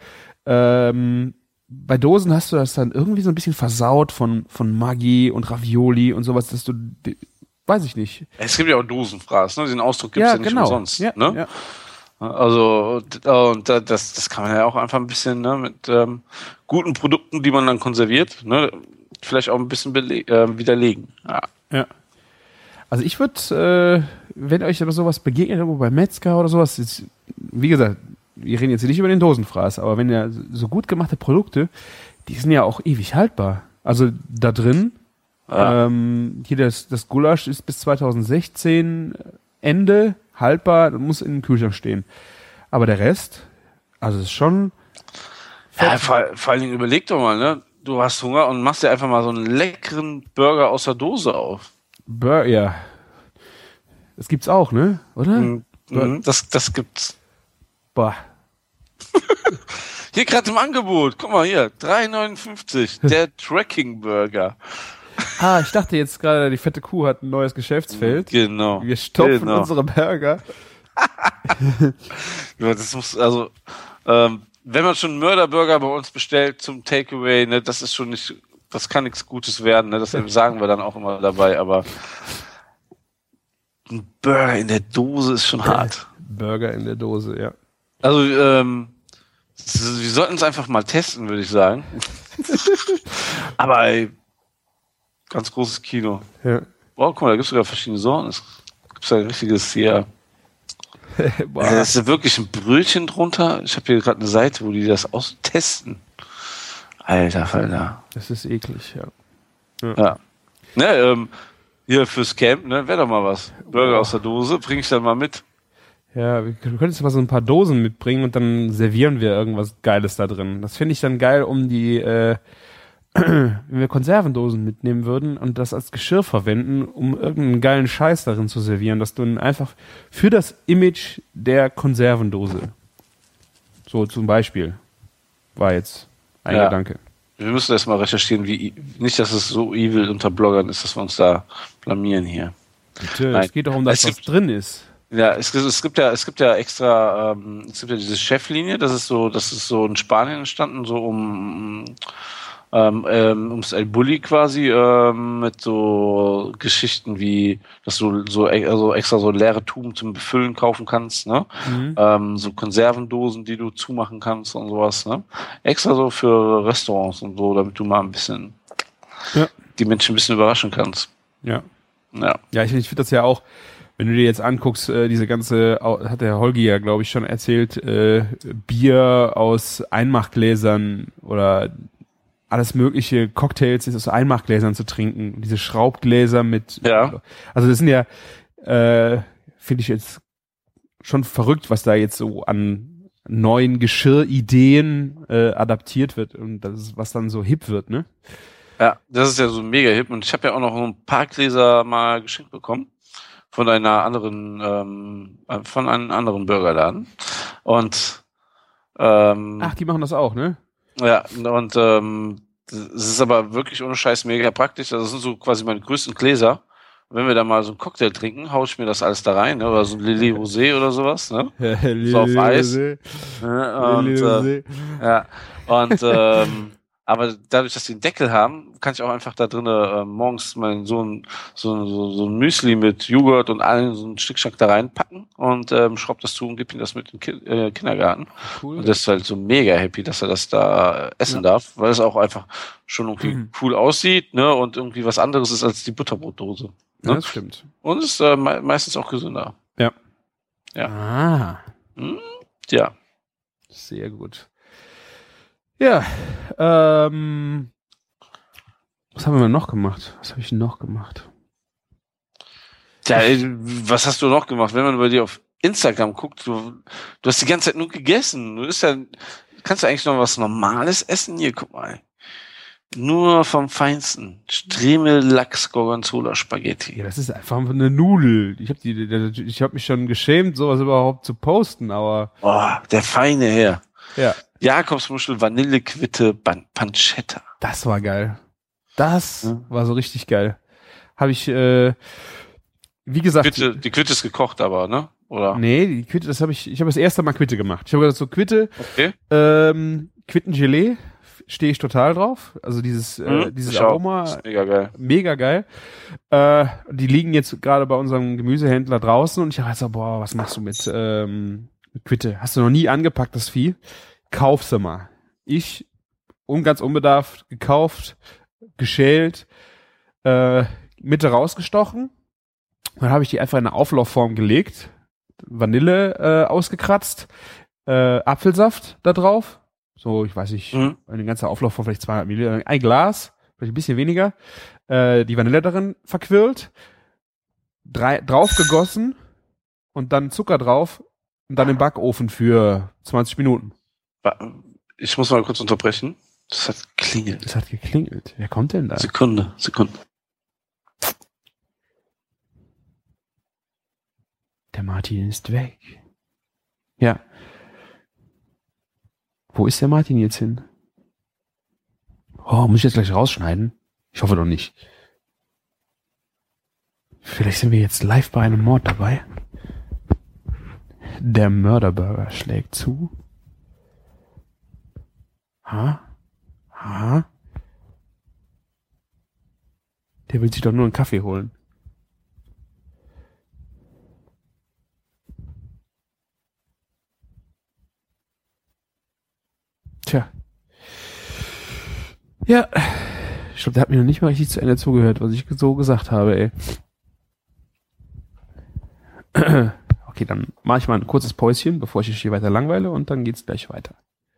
ähm, bei Dosen hast du das dann irgendwie so ein bisschen versaut von, von Maggi und Ravioli und sowas, dass du, weiß ich nicht. Es gibt ja auch Dosenfraß, ne? Den Ausdruck gibt es ja, ja nicht genau. umsonst. Ja, ne? Ja. Also, und das, das kann man ja auch einfach ein bisschen, ne, mit ähm, guten Produkten, die man dann konserviert, ne, vielleicht auch ein bisschen beleg- äh, widerlegen. Ja. Ja. Also ich würde, äh, wenn euch aber sowas begegnet, irgendwo bei Metzger oder sowas, ist, wie gesagt, wir reden jetzt nicht über den Dosenfraß, aber wenn ja so gut gemachte Produkte, die sind ja auch ewig haltbar. Also da drin, ja. ähm, hier das, das Gulasch ist bis zwanzig sechzehn Ende haltbar, muss in den Kühlschrank stehen. Aber der Rest, also ist schon ja, vor, vor allen Dingen überleg doch mal, ne? Du hast Hunger und machst dir einfach mal so einen leckeren Burger aus der Dose auf. Burger, ja. Das gibt's auch, ne? Oder? Mm, mm, das, das gibt's. Boah. Hier gerade im Angebot. Guck mal hier. drei neunundfünfzig. Der Tracking Burger. Ah, ich dachte jetzt gerade, die fette Kuh hat ein neues Geschäftsfeld. Genau. Wir stopfen genau. unsere Burger. Ja, das muss, also, ähm, wenn man schon einen Mörderburger bei uns bestellt zum Takeaway, ne, das ist schon nicht, das kann nichts Gutes werden, ne, das sagen wir dann auch immer dabei, aber ein Burger in der Dose ist schon hart. Burger in der Dose, ja. Also, ähm, wir sollten es einfach mal testen, würde ich sagen. Aber ey, ganz großes Kino. Ja. Boah, guck mal, da gibt es sogar verschiedene Sorten. Es gibt ja ein richtiges hier. Boah. Da ist ja wirklich ein Brötchen drunter. Ich habe hier gerade eine Seite, wo die das austesten. Alter Falter. Das ist eklig, ja. Ja. ja. Ne, ähm, hier fürs Camp, ne, wäre doch mal was. Burger Boah. aus der Dose, bring ich dann mal mit. Ja, du könntest mal so ein paar Dosen mitbringen und dann servieren wir irgendwas Geiles da drin. Das finde ich dann geil, um die, äh, wenn wir Konservendosen mitnehmen würden und das als Geschirr verwenden, um irgendeinen geilen Scheiß darin zu servieren, dass du einfach für das Image der Konservendose, so zum Beispiel, war jetzt ein Ja. Gedanke. Wir müssen erst mal recherchieren, wie, nicht, dass es so evil unter Bloggern ist, dass wir uns da blamieren hier. Bitte, Nein. es geht doch um das, Es was gibt- drin ist. Ja, es, es gibt ja, es gibt ja extra, ähm, es gibt ja diese Cheflinie, das ist so, das ist so in Spanien entstanden, so um, ähm, ähm, ums El Bulli quasi, ähm, mit so Geschichten wie, dass du so, also extra so leere Tuben zum Befüllen kaufen kannst, ne? Mhm. Ähm, so Konservendosen, die du zumachen kannst und sowas, ne? Extra so für Restaurants und so, damit du mal ein bisschen Ja. die Menschen ein bisschen überraschen kannst. Ja. Ja. Ja, ich, ich finde das ja auch, wenn du dir jetzt anguckst, äh, diese ganze, au- hat der Holgi ja, glaube ich, schon erzählt, äh, Bier aus Einmachgläsern oder alles mögliche, Cocktails aus Einmachgläsern zu trinken, diese Schraubgläser mit, Ja. also das sind ja, äh, finde ich jetzt schon verrückt, was da jetzt so an neuen Geschirrideen äh, adaptiert wird und das ist, was dann so hip wird, ne? Ja, das ist ja so mega hip und ich habe ja auch noch so ein paar Gläser mal geschenkt bekommen von einer anderen, ähm, äh, von einem anderen Burgerladen und ähm, Ach, die machen das auch, ne? ja, und ähm, es ist aber wirklich ohne Scheiß mega praktisch. Also das sind so quasi meine größten Gläser. Und wenn wir da mal so einen Cocktail trinken, hau ich mir das alles da rein, ne? Oder so ein Lillet Rosé oder sowas, ne? So auf Eis. Ne? Und, äh, ja, und ähm, aber dadurch, dass die einen Deckel haben, kann ich auch einfach da drinnen äh, morgens meinen Sohn so, ein- so, so ein Müsli mit Joghurt und allen so ein Schnickschnack da reinpacken und ähm, schraub das zu und gib ihm das mit in den Ki äh, Kindergarten. Cool. Und das ist halt so mega happy, dass er das da äh, essen Ja. darf, weil es auch einfach schon irgendwie Mhm. cool aussieht, ne, und irgendwie was anderes ist als die Butterbrotdose. Ja, Ne? das stimmt. Und ist äh, me meistens auch gesünder. Ja. Ja. Ah, Ja. sehr gut. Ja, ähm, was haben wir noch gemacht? Was habe ich noch gemacht? Ja, ey, was hast du noch gemacht? Wenn man bei dir auf Instagram guckt, du, du hast die ganze Zeit nur gegessen. Du isst ja, kannst du eigentlich noch was Normales essen? Hier, guck mal. Nur vom Feinsten. Stremel Lachs Gorgonzola Spaghetti. Ja, das ist einfach eine Nudel. Ich habe die, die- ich habe mich schon geschämt, sowas überhaupt zu posten, aber Oh, der feine Herr. ja, Jakobsmuschel Vanillequitte Ban Pancetta. das war geil. Das Ja. war so richtig geil. Habe ich, äh, wie gesagt, Quitte, die Quitte ist gekocht, aber, ne? Oder? nee, die Quitte, das habe ich, ich habe das erste Mal Quitte gemacht. Ich habe gesagt, so Quitte, Okay. ähm, Quittengelee, stehe ich total drauf. Also dieses, äh, Mhm, dieses ich auch. Aroma, Ist mega geil. mega geil. Äh, die liegen jetzt gerade bei unserem Gemüsehändler draußen und ich habe so, boah, was machst du mit, ähm, mit Quitte? Hast du noch nie angepackt, das Vieh? Kauf sie mal. Ich, un ganz unbedarft, gekauft, geschält, äh, Mitte rausgestochen. Dann habe ich die einfach in eine Auflaufform gelegt, Vanille äh, ausgekratzt, äh, Apfelsaft da drauf. So, ich weiß nicht, Mhm. eine ganze Auflaufform, vielleicht zweihundert Milliliter, ein Glas, vielleicht ein bisschen weniger, äh, die Vanille darin verquirlt, drei, drauf gegossen und dann Zucker drauf und dann im Backofen für zwanzig Minuten. Wa- Ich muss mal kurz unterbrechen. Das hat geklingelt. Es hat geklingelt. Wer kommt denn da? Sekunde, Sekunde. Der Martin ist weg. Ja. Wo ist der Martin jetzt hin? Oh, muss ich jetzt gleich rausschneiden? Ich hoffe doch nicht. Vielleicht sind wir jetzt live bei einem Mord dabei. Der Mörderburger schlägt zu. Ha? Ha? Der will sich doch nur einen Kaffee holen. Tja. Ja. Ich glaube, der hat mir noch nicht mal richtig zu Ende zugehört, was ich so gesagt habe, ey. Okay, dann mache ich mal ein kurzes Päuschen, bevor ich mich hier weiter langweile und dann geht's gleich weiter.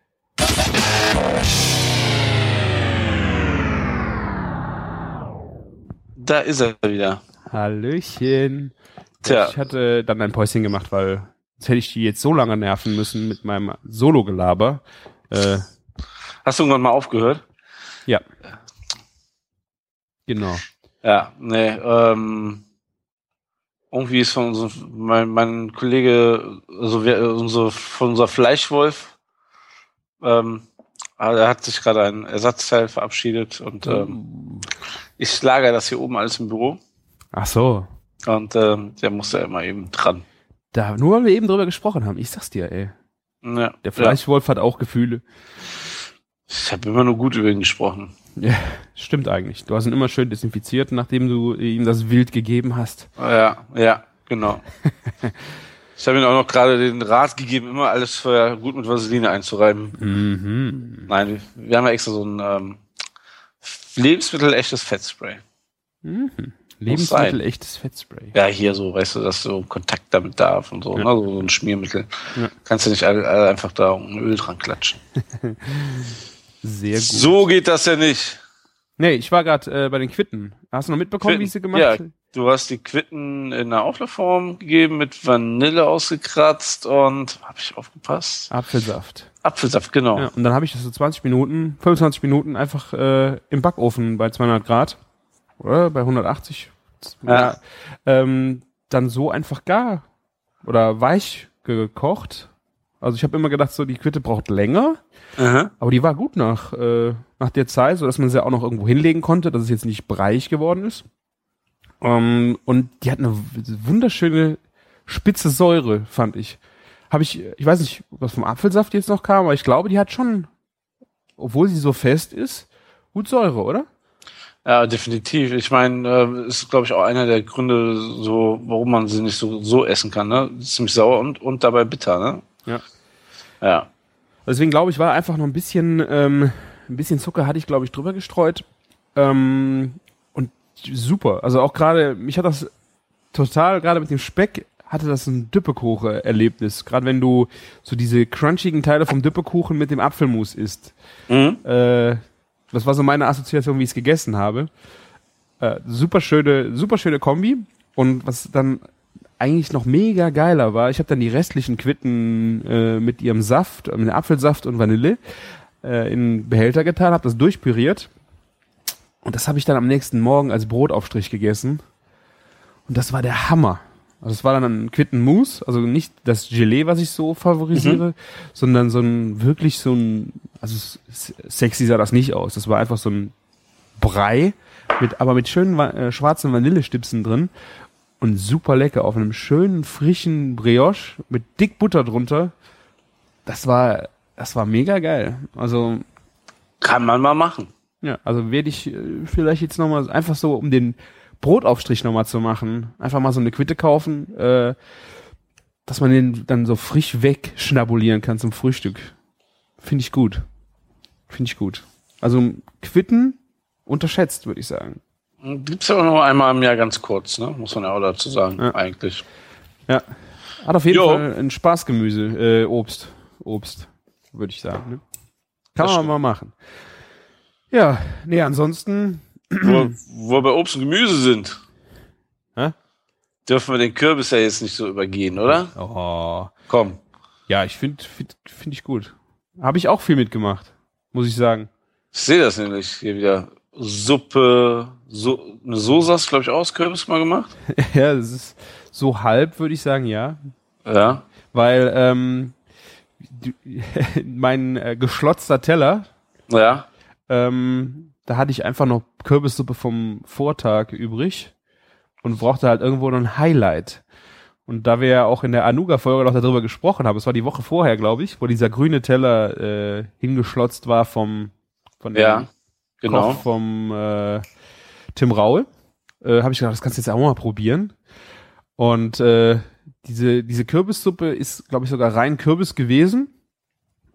Da ist er wieder. Hallöchen. Tja. Ich hatte dann ein Päuschen gemacht, weil jetzt hätte ich die jetzt so lange nerven müssen mit meinem Solo-Gelaber. Äh, Hast du irgendwann mal aufgehört? Ja. Genau. Ja, nee, ähm, irgendwie ist von unserem, mein, mein Kollege, also wir, unsere, von unser Fleischwolf, ähm, er hat sich gerade ein Ersatzteil verabschiedet und ähm, ich lagere das hier oben alles im Büro. Ach so. Und ähm, der muss ja immer eben dran. Da, nur weil wir eben drüber gesprochen haben, ich sag's dir, ey. Ja, Der Fleischwolf ja. hat auch Gefühle. Ich habe immer nur gut über ihn gesprochen. Ja, stimmt eigentlich. Du hast ihn immer schön desinfiziert, nachdem du ihm das Wild gegeben hast. Ja, ja, genau. Ich habe ihm auch noch gerade den Rat gegeben, immer alles vorher gut mit Vaseline einzureiben. Mhm. Nein, wir, wir haben ja extra so ein ähm, lebensmittelechtes Fettspray. Mhm. Lebensmittelechtes Fettspray. Ja, hier so, weißt du, dass du Kontakt damit darf und so, ja. Ne? So ein Schmiermittel. Ja. Kannst du nicht alle, alle einfach da ein Öl dran klatschen. Sehr gut. So geht das ja nicht. Nee, ich war gerade äh, bei den Quitten. Hast du noch mitbekommen, Quitten. wie ich sie gemacht ja, habe? Du hast die Quitten in einer Auflaufform gegeben, mit Vanille ausgekratzt und, habe ich aufgepasst? Apfelsaft. Apfelsaft, genau. Ja, und dann habe ich das so zwanzig Minuten, fünfundzwanzig Minuten einfach äh, im Backofen bei zweihundert Grad oder bei hundertachtzig. Ja. Ja, ähm, dann so einfach gar oder weich gekocht. Also ich habe immer gedacht, so die Quitte braucht länger, Aha. aber die war gut nach äh, nach der Zeit, so dass man sie auch noch irgendwo hinlegen konnte, dass es jetzt nicht breiig geworden ist. Um, und die hat eine wunderschöne spitze Säure, fand ich. Habe ich, ich weiß nicht, was vom Apfelsaft jetzt noch kam, aber ich glaube, die hat schon, obwohl sie so fest ist, gut Säure, oder? Ja, definitiv. Ich meine, äh, ist, glaube ich, auch einer der Gründe, so, warum man sie nicht so, so essen kann, ne? Ist ziemlich sauer und, und dabei bitter, ne? Ja. Ja. Deswegen glaube ich, war einfach noch ein bisschen, ähm, ein bisschen Zucker hatte ich, glaube ich, drüber gestreut. Ähm, und super. Also auch gerade, mich hat das total, gerade mit dem Speck, hatte das ein Düppekuchen-Erlebnis. Gerade wenn du so diese crunchigen Teile vom Düppekuchen mit dem Apfelmus isst. Mhm. Äh, das war so meine Assoziation, wie ich es gegessen habe. Äh, super schöne, super schöne Kombi. Und was dann eigentlich noch mega geiler war, ich habe dann die restlichen Quitten äh, mit ihrem Saft, mit Apfelsaft und Vanille äh, in einen Behälter getan, habe das durchpüriert. Und das habe ich dann am nächsten Morgen als Brotaufstrich gegessen. Und das war der Hammer. Also es war dann ein Quittenmus, also nicht das Gelee, was ich so favorisiere, mhm. sondern so ein, wirklich so ein, also sexy sah das nicht aus. Das war einfach so ein Brei, mit, aber mit schönen äh, schwarzen Vanillestipsen drin und super lecker auf einem schönen, frischen Brioche mit dick Butter drunter. Das war, das war mega geil. Also. Kann man mal machen. Ja, also werde ich äh, vielleicht jetzt nochmal einfach so um den Brotaufstrich nochmal zu machen. Einfach mal so eine Quitte kaufen, äh, dass man den dann so frisch wegschnabulieren kann zum Frühstück. Finde ich gut. Finde ich gut. Also Quitten unterschätzt, würde ich sagen. Gibt's ja auch noch einmal im Jahr ganz kurz, ne? Muss man ja auch dazu sagen, ja. eigentlich. Ja. Hat auf jeden jo. Fall ein Spaßgemüse, äh, Obst. Obst, würde ich sagen. Ne? Kann das man stimmt. mal machen. Ja, nee, ansonsten Wo, wo wir bei Obst und Gemüse sind, Hä? dürfen wir den Kürbis ja jetzt nicht so übergehen, oder? Oh. Komm. Ja, ich finde, finde find ich gut. Habe ich auch viel mitgemacht, muss ich sagen. Ich sehe das nämlich hier wieder. Suppe, so, eine Soße hast du, glaube ich, auch aus Kürbis mal gemacht? Ja, das ist so halb, würde ich sagen, ja. Ja. Weil ähm, die, mein äh, geschlotzter Teller, ja. ähm, da hatte ich einfach noch Kürbissuppe vom Vortag übrig und brauchte halt irgendwo noch ein Highlight. Und da wir ja auch in der Anuga-Folge noch darüber gesprochen haben, es war die Woche vorher, glaube ich, wo dieser grüne Teller äh, hingeschlotzt war vom von dem ja, genau. Koch vom äh, Tim Raue, äh, habe ich gedacht, das kannst du jetzt auch mal probieren. Und äh, diese diese Kürbissuppe ist, glaube ich, sogar rein Kürbis gewesen.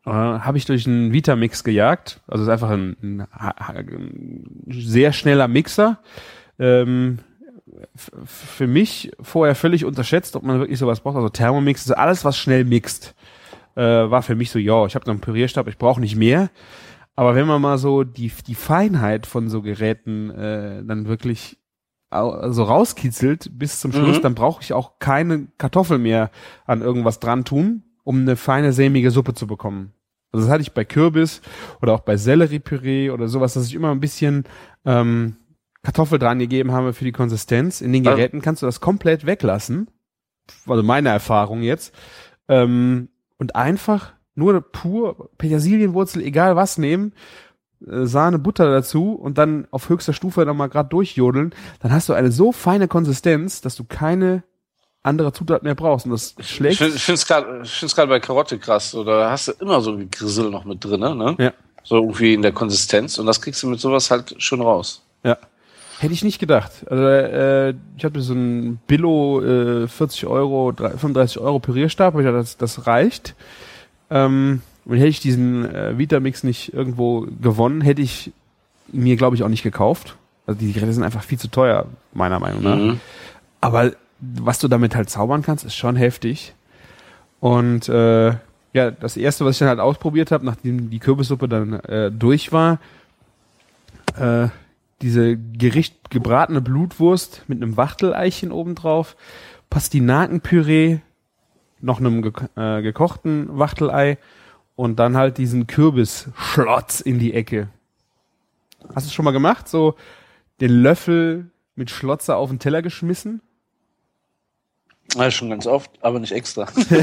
äh, habe ich durch einen Vitamix gejagt. Also ist einfach ein, ein, ein sehr schneller Mixer. Ähm, f- für mich vorher völlig unterschätzt, ob man wirklich sowas braucht. Also Thermomix ist alles, was schnell mixt. Äh, war für mich so, ja, ich habe noch einen Pürierstab, ich brauche nicht mehr. Aber wenn man mal so die die Feinheit von so Geräten äh, dann wirklich au- so rauskitzelt bis zum Schluss, Mhm. dann brauche ich auch keine Kartoffel mehr an irgendwas dran tun, um eine feine, sämige Suppe zu bekommen. Also das hatte ich bei Kürbis oder auch bei Selleriepüree oder sowas, dass ich immer ein bisschen ähm, Kartoffel dran gegeben habe für die Konsistenz. In den Ja. Geräten kannst du das komplett weglassen. Also meine Erfahrung jetzt. Ähm, und einfach nur pur Petersilienwurzel, egal was nehmen, äh, Sahne, Butter dazu und dann auf höchster Stufe dann mal gerade durchjodeln. Dann hast du eine so feine Konsistenz, dass du keine andere Zutat mehr brauchst. Und das Ich schlägt. finde es gerade ich find's gerade bei Karotte krass. So, da hast du immer so ein Grissel noch mit drin, ne? Ja. So irgendwie in der Konsistenz. Und das kriegst du mit sowas halt schon raus. Ja. Hätte ich nicht gedacht. Also äh, ich hatte so einen Billo äh, vierzig Euro, fünfunddreißig Euro Pürierstab, aber ich dachte, das, das reicht. Ähm, und hätte ich diesen äh, Vitamix nicht irgendwo gewonnen, hätte ich mir, glaube ich, auch nicht gekauft. Also die Geräte sind einfach viel zu teuer, meiner Meinung nach. Mhm. Aber was du damit halt zaubern kannst, ist schon heftig. Und äh, ja, das erste, was ich dann halt ausprobiert habe, nachdem die Kürbissuppe dann äh, durch war, äh, diese Gericht gebratene Blutwurst mit einem Wachteleichen obendrauf, Pastinakenpüree, noch einem ge äh, gekochten Wachtelei und dann halt diesen Kürbisschlotz in die Ecke. Hast du es schon mal gemacht? So den Löffel mit Schlotze auf den Teller geschmissen? Ja, schon ganz oft, aber nicht extra.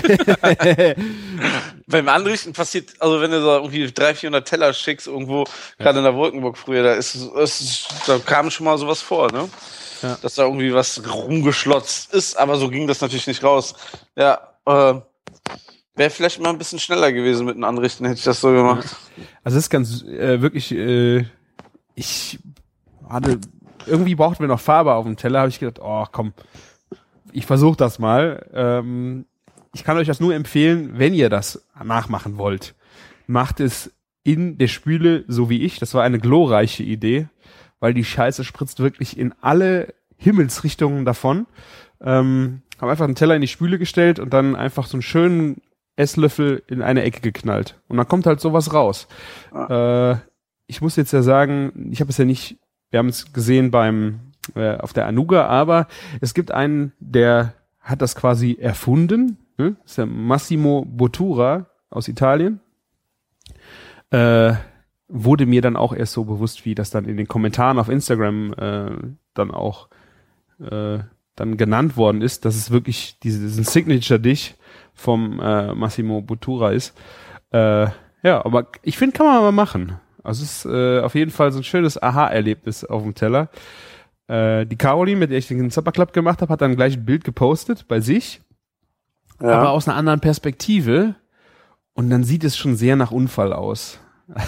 Beim Anrichten passiert, also wenn du so irgendwie dreihundert, vierhundert Teller schickst irgendwo, gerade in der Wolkenburg früher, da ist es, ist, da kam schon mal sowas vor, ne? Ja. Dass da irgendwie was rumgeschlotzt ist, aber so ging das natürlich nicht raus. Ja, äh, wäre vielleicht mal ein bisschen schneller gewesen mit dem Anrichten, hätte ich das so gemacht. Also das ist ganz äh, wirklich, äh, ich hatte, irgendwie brauchten wir noch Farbe auf dem Teller, habe ich gedacht, oh komm, ich versuche das mal. Ähm, ich kann euch das nur empfehlen, wenn ihr das nachmachen wollt. Macht es in der Spüle, so wie ich. Das war eine glorreiche Idee, weil die Scheiße spritzt wirklich in alle Himmelsrichtungen davon. Ähm, habe einfach einen Teller in die Spüle gestellt und dann einfach so einen schönen Esslöffel in eine Ecke geknallt. Und dann kommt halt sowas raus. Ah. Äh, ich muss jetzt ja sagen, ich habe es ja nicht, wir haben es gesehen beim äh, auf der Anuga, aber es gibt einen, der hat das quasi erfunden. Ne? Das ist der Massimo Bottura aus Italien. Äh, wurde mir dann auch erst so bewusst, wie das dann in den Kommentaren auf Instagram äh, dann auch äh, dann genannt worden ist, dass es wirklich diese, diesen Signature-Dish vom äh, Massimo Bottura ist. Äh, ja, aber ich finde, kann man mal machen. Also es ist äh, auf jeden Fall so ein schönes Aha-Erlebnis auf dem Teller. Äh, die Caroline, mit der ich den Supper Club gemacht habe, hat dann gleich ein Bild gepostet bei sich, ja. Aber aus einer anderen Perspektive. Und dann sieht es schon sehr nach Unfall aus.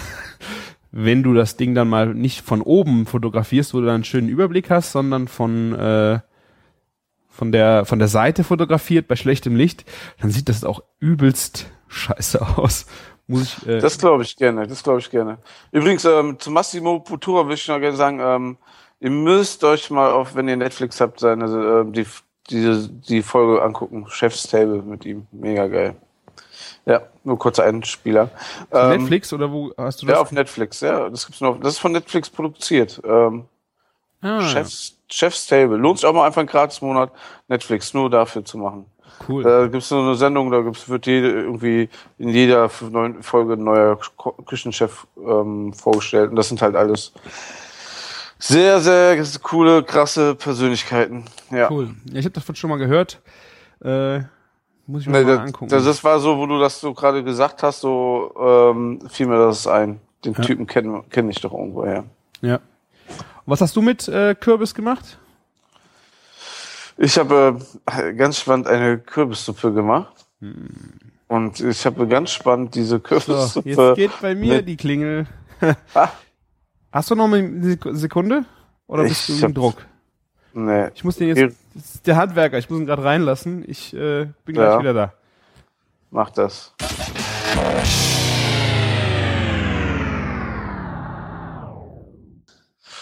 Wenn du das Ding dann mal nicht von oben fotografierst, wo du dann einen schönen Überblick hast, sondern von äh, von der von der Seite fotografiert bei schlechtem Licht, dann sieht das auch übelst scheiße aus. Muss ich, äh das glaube ich gerne, das glaube ich gerne. Übrigens, ähm, zu Massimo Bottura würde ich noch gerne sagen, ähm, ihr müsst euch mal auf, wenn ihr Netflix habt, seine äh, die diese die Folge angucken. Chef's Table mit ihm, mega geil. Ja, nur kurzer Einspieler. Ähm, Netflix oder wo hast du das? Ja, auf Netflix, ja. Das gibt's noch. Das ist von Netflix produziert. Ähm, ah. Chef's, Chef's Table. Lohnt sich auch mal einfach einen Gratis-Monat Netflix nur dafür zu machen. Cool. Da gibt's so eine Sendung, da gibt's, wird jede, irgendwie in jeder neuen Folge ein neuer Küchenchef ähm, vorgestellt. Und das sind halt alles sehr, sehr coole, krasse Persönlichkeiten. Ja. Cool. Ja, ich habe davon schon mal gehört. Äh, muss ich mir nee, mal das, angucken. Das, das war so, wo du das so gerade gesagt hast, so ähm, fiel mir das ein. Den ja. Typen kenne kenn ich doch irgendwo her. Ja. Und was hast du mit äh, Kürbis gemacht? Ich habe äh, ganz spannend eine Kürbissuppe gemacht. Hm. Und ich habe ganz spannend diese Kürbissuppe. So, jetzt geht bei mir die Klingel. ah. Hast du noch eine Sekunde? Oder bist ich du im Druck? Nee. Ich muss den jetzt, das ist der Handwerker, ich muss ihn gerade reinlassen. Ich äh, bin gleich ja. wieder da. Mach das.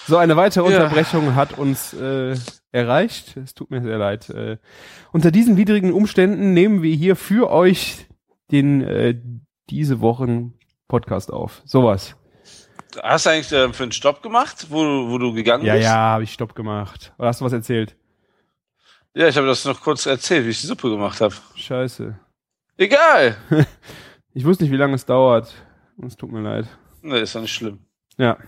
So, eine weitere Ja. Unterbrechung hat uns äh, erreicht. Es tut mir sehr leid. Äh, unter diesen widrigen Umständen nehmen wir hier für euch den äh, diese Wochen Podcast auf. Sowas. Hast du eigentlich äh, für einen Stopp gemacht, wo, du- wo du gegangen Ja, bist? ja, habe ich Stopp gemacht. Oder hast du was erzählt? Ja, ich habe das noch kurz erzählt, wie ich die Suppe gemacht habe. Scheiße. Egal. Ich wusste nicht, wie lange es dauert. Es tut mir leid. Nee, ist ja nicht schlimm. Ja.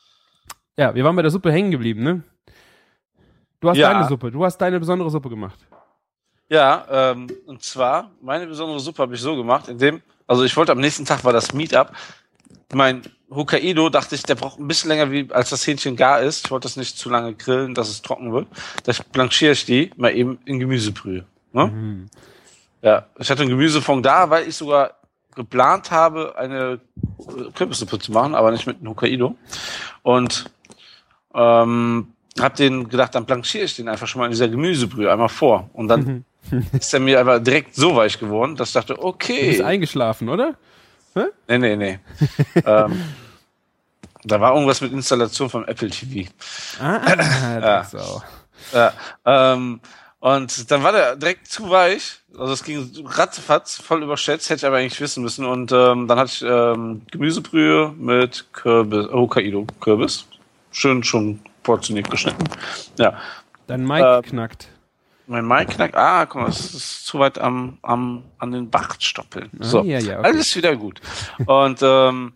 Ja, wir waren bei der Suppe hängen geblieben, ne? Du hast Ja. deine Suppe. Du hast deine besondere Suppe gemacht. Ja, ähm, und zwar, meine besondere Suppe habe ich so gemacht, indem, also ich wollte am nächsten Tag war das Meetup. Mein Hokkaido dachte ich, der braucht ein bisschen länger, wie als das Hähnchen gar ist. Ich wollte das nicht zu lange grillen, dass es trocken wird. Da blanchiere ich die mal eben in Gemüsebrühe. Ne? Mhm. Ja, ich hatte einen Gemüsefond da, weil ich sogar geplant habe, eine Kürbissuppe zu machen, aber nicht mit einem Hokkaido. Und ähm, hab den gedacht, dann blanchiere ich den einfach schon mal in dieser Gemüsebrühe einmal vor. Und dann ist er mir aber direkt so weich geworden, dass ich dachte, Du okay. bist eingeschlafen, oder? Nee, nee, nee. ähm, da war irgendwas mit Installation vom Apple T V. Ah, das ja. Auch. Ja, ähm, und dann war der direkt zu weich. Also es ging ratzefatz, voll überschätzt, hätte ich aber eigentlich wissen müssen. Und ähm, dann hatte ich ähm, Gemüsebrühe mit Kürbis, Hokkaido Kürbis. Schön schon portioniert geschnitten. Ja. Dein Mic Ähm, knackt. Mein Mic knackt. Ah, guck mal, es ist zu weit am, am, an den Bartstoppeln. So, Ah, ja, ja, okay. alles wieder gut. Und ähm,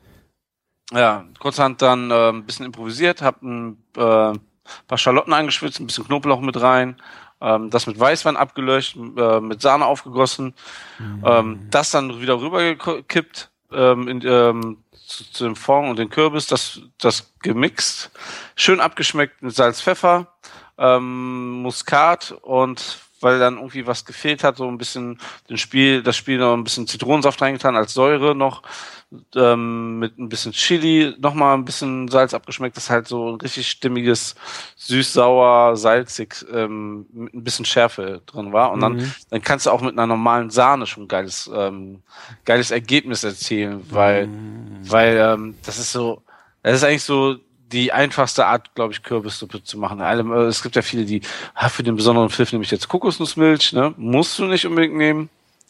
ja, kurzerhand dann äh, ein bisschen improvisiert, hab ein äh, paar Schalotten eingeschwitzt, ein bisschen Knoblauch mit rein, ähm, das mit Weißwein abgelöscht, äh, mit Sahne aufgegossen, Mhm. ähm, das dann wieder rübergekippt ähm, in, ähm, zu, zu dem Fond und den Kürbis, das, das gemixt, schön abgeschmeckt mit Salz, Pfeffer, ähm, Muskat und weil dann irgendwie was gefehlt hat, so ein bisschen den Spiel, das Spiel noch ein bisschen Zitronensaft reingetan als Säure noch, ähm, mit ein bisschen Chili, nochmal ein bisschen Salz abgeschmeckt, das halt so ein richtig stimmiges, süß-sauer, salzig, ähm, mit ein bisschen Schärfe drin war. Und dann, Mhm. dann kannst du auch mit einer normalen Sahne schon ein geiles, ähm, geiles Ergebnis erzielen, weil, Mhm. weil ähm, das ist so, das ist eigentlich so die einfachste Art, glaube ich, Kürbissuppe zu machen. Alle, äh, es gibt ja viele, die, ah, für den besonderen Pfiff nehme ich jetzt Kokosnussmilch, ne? Musst du nicht unbedingt nehmen.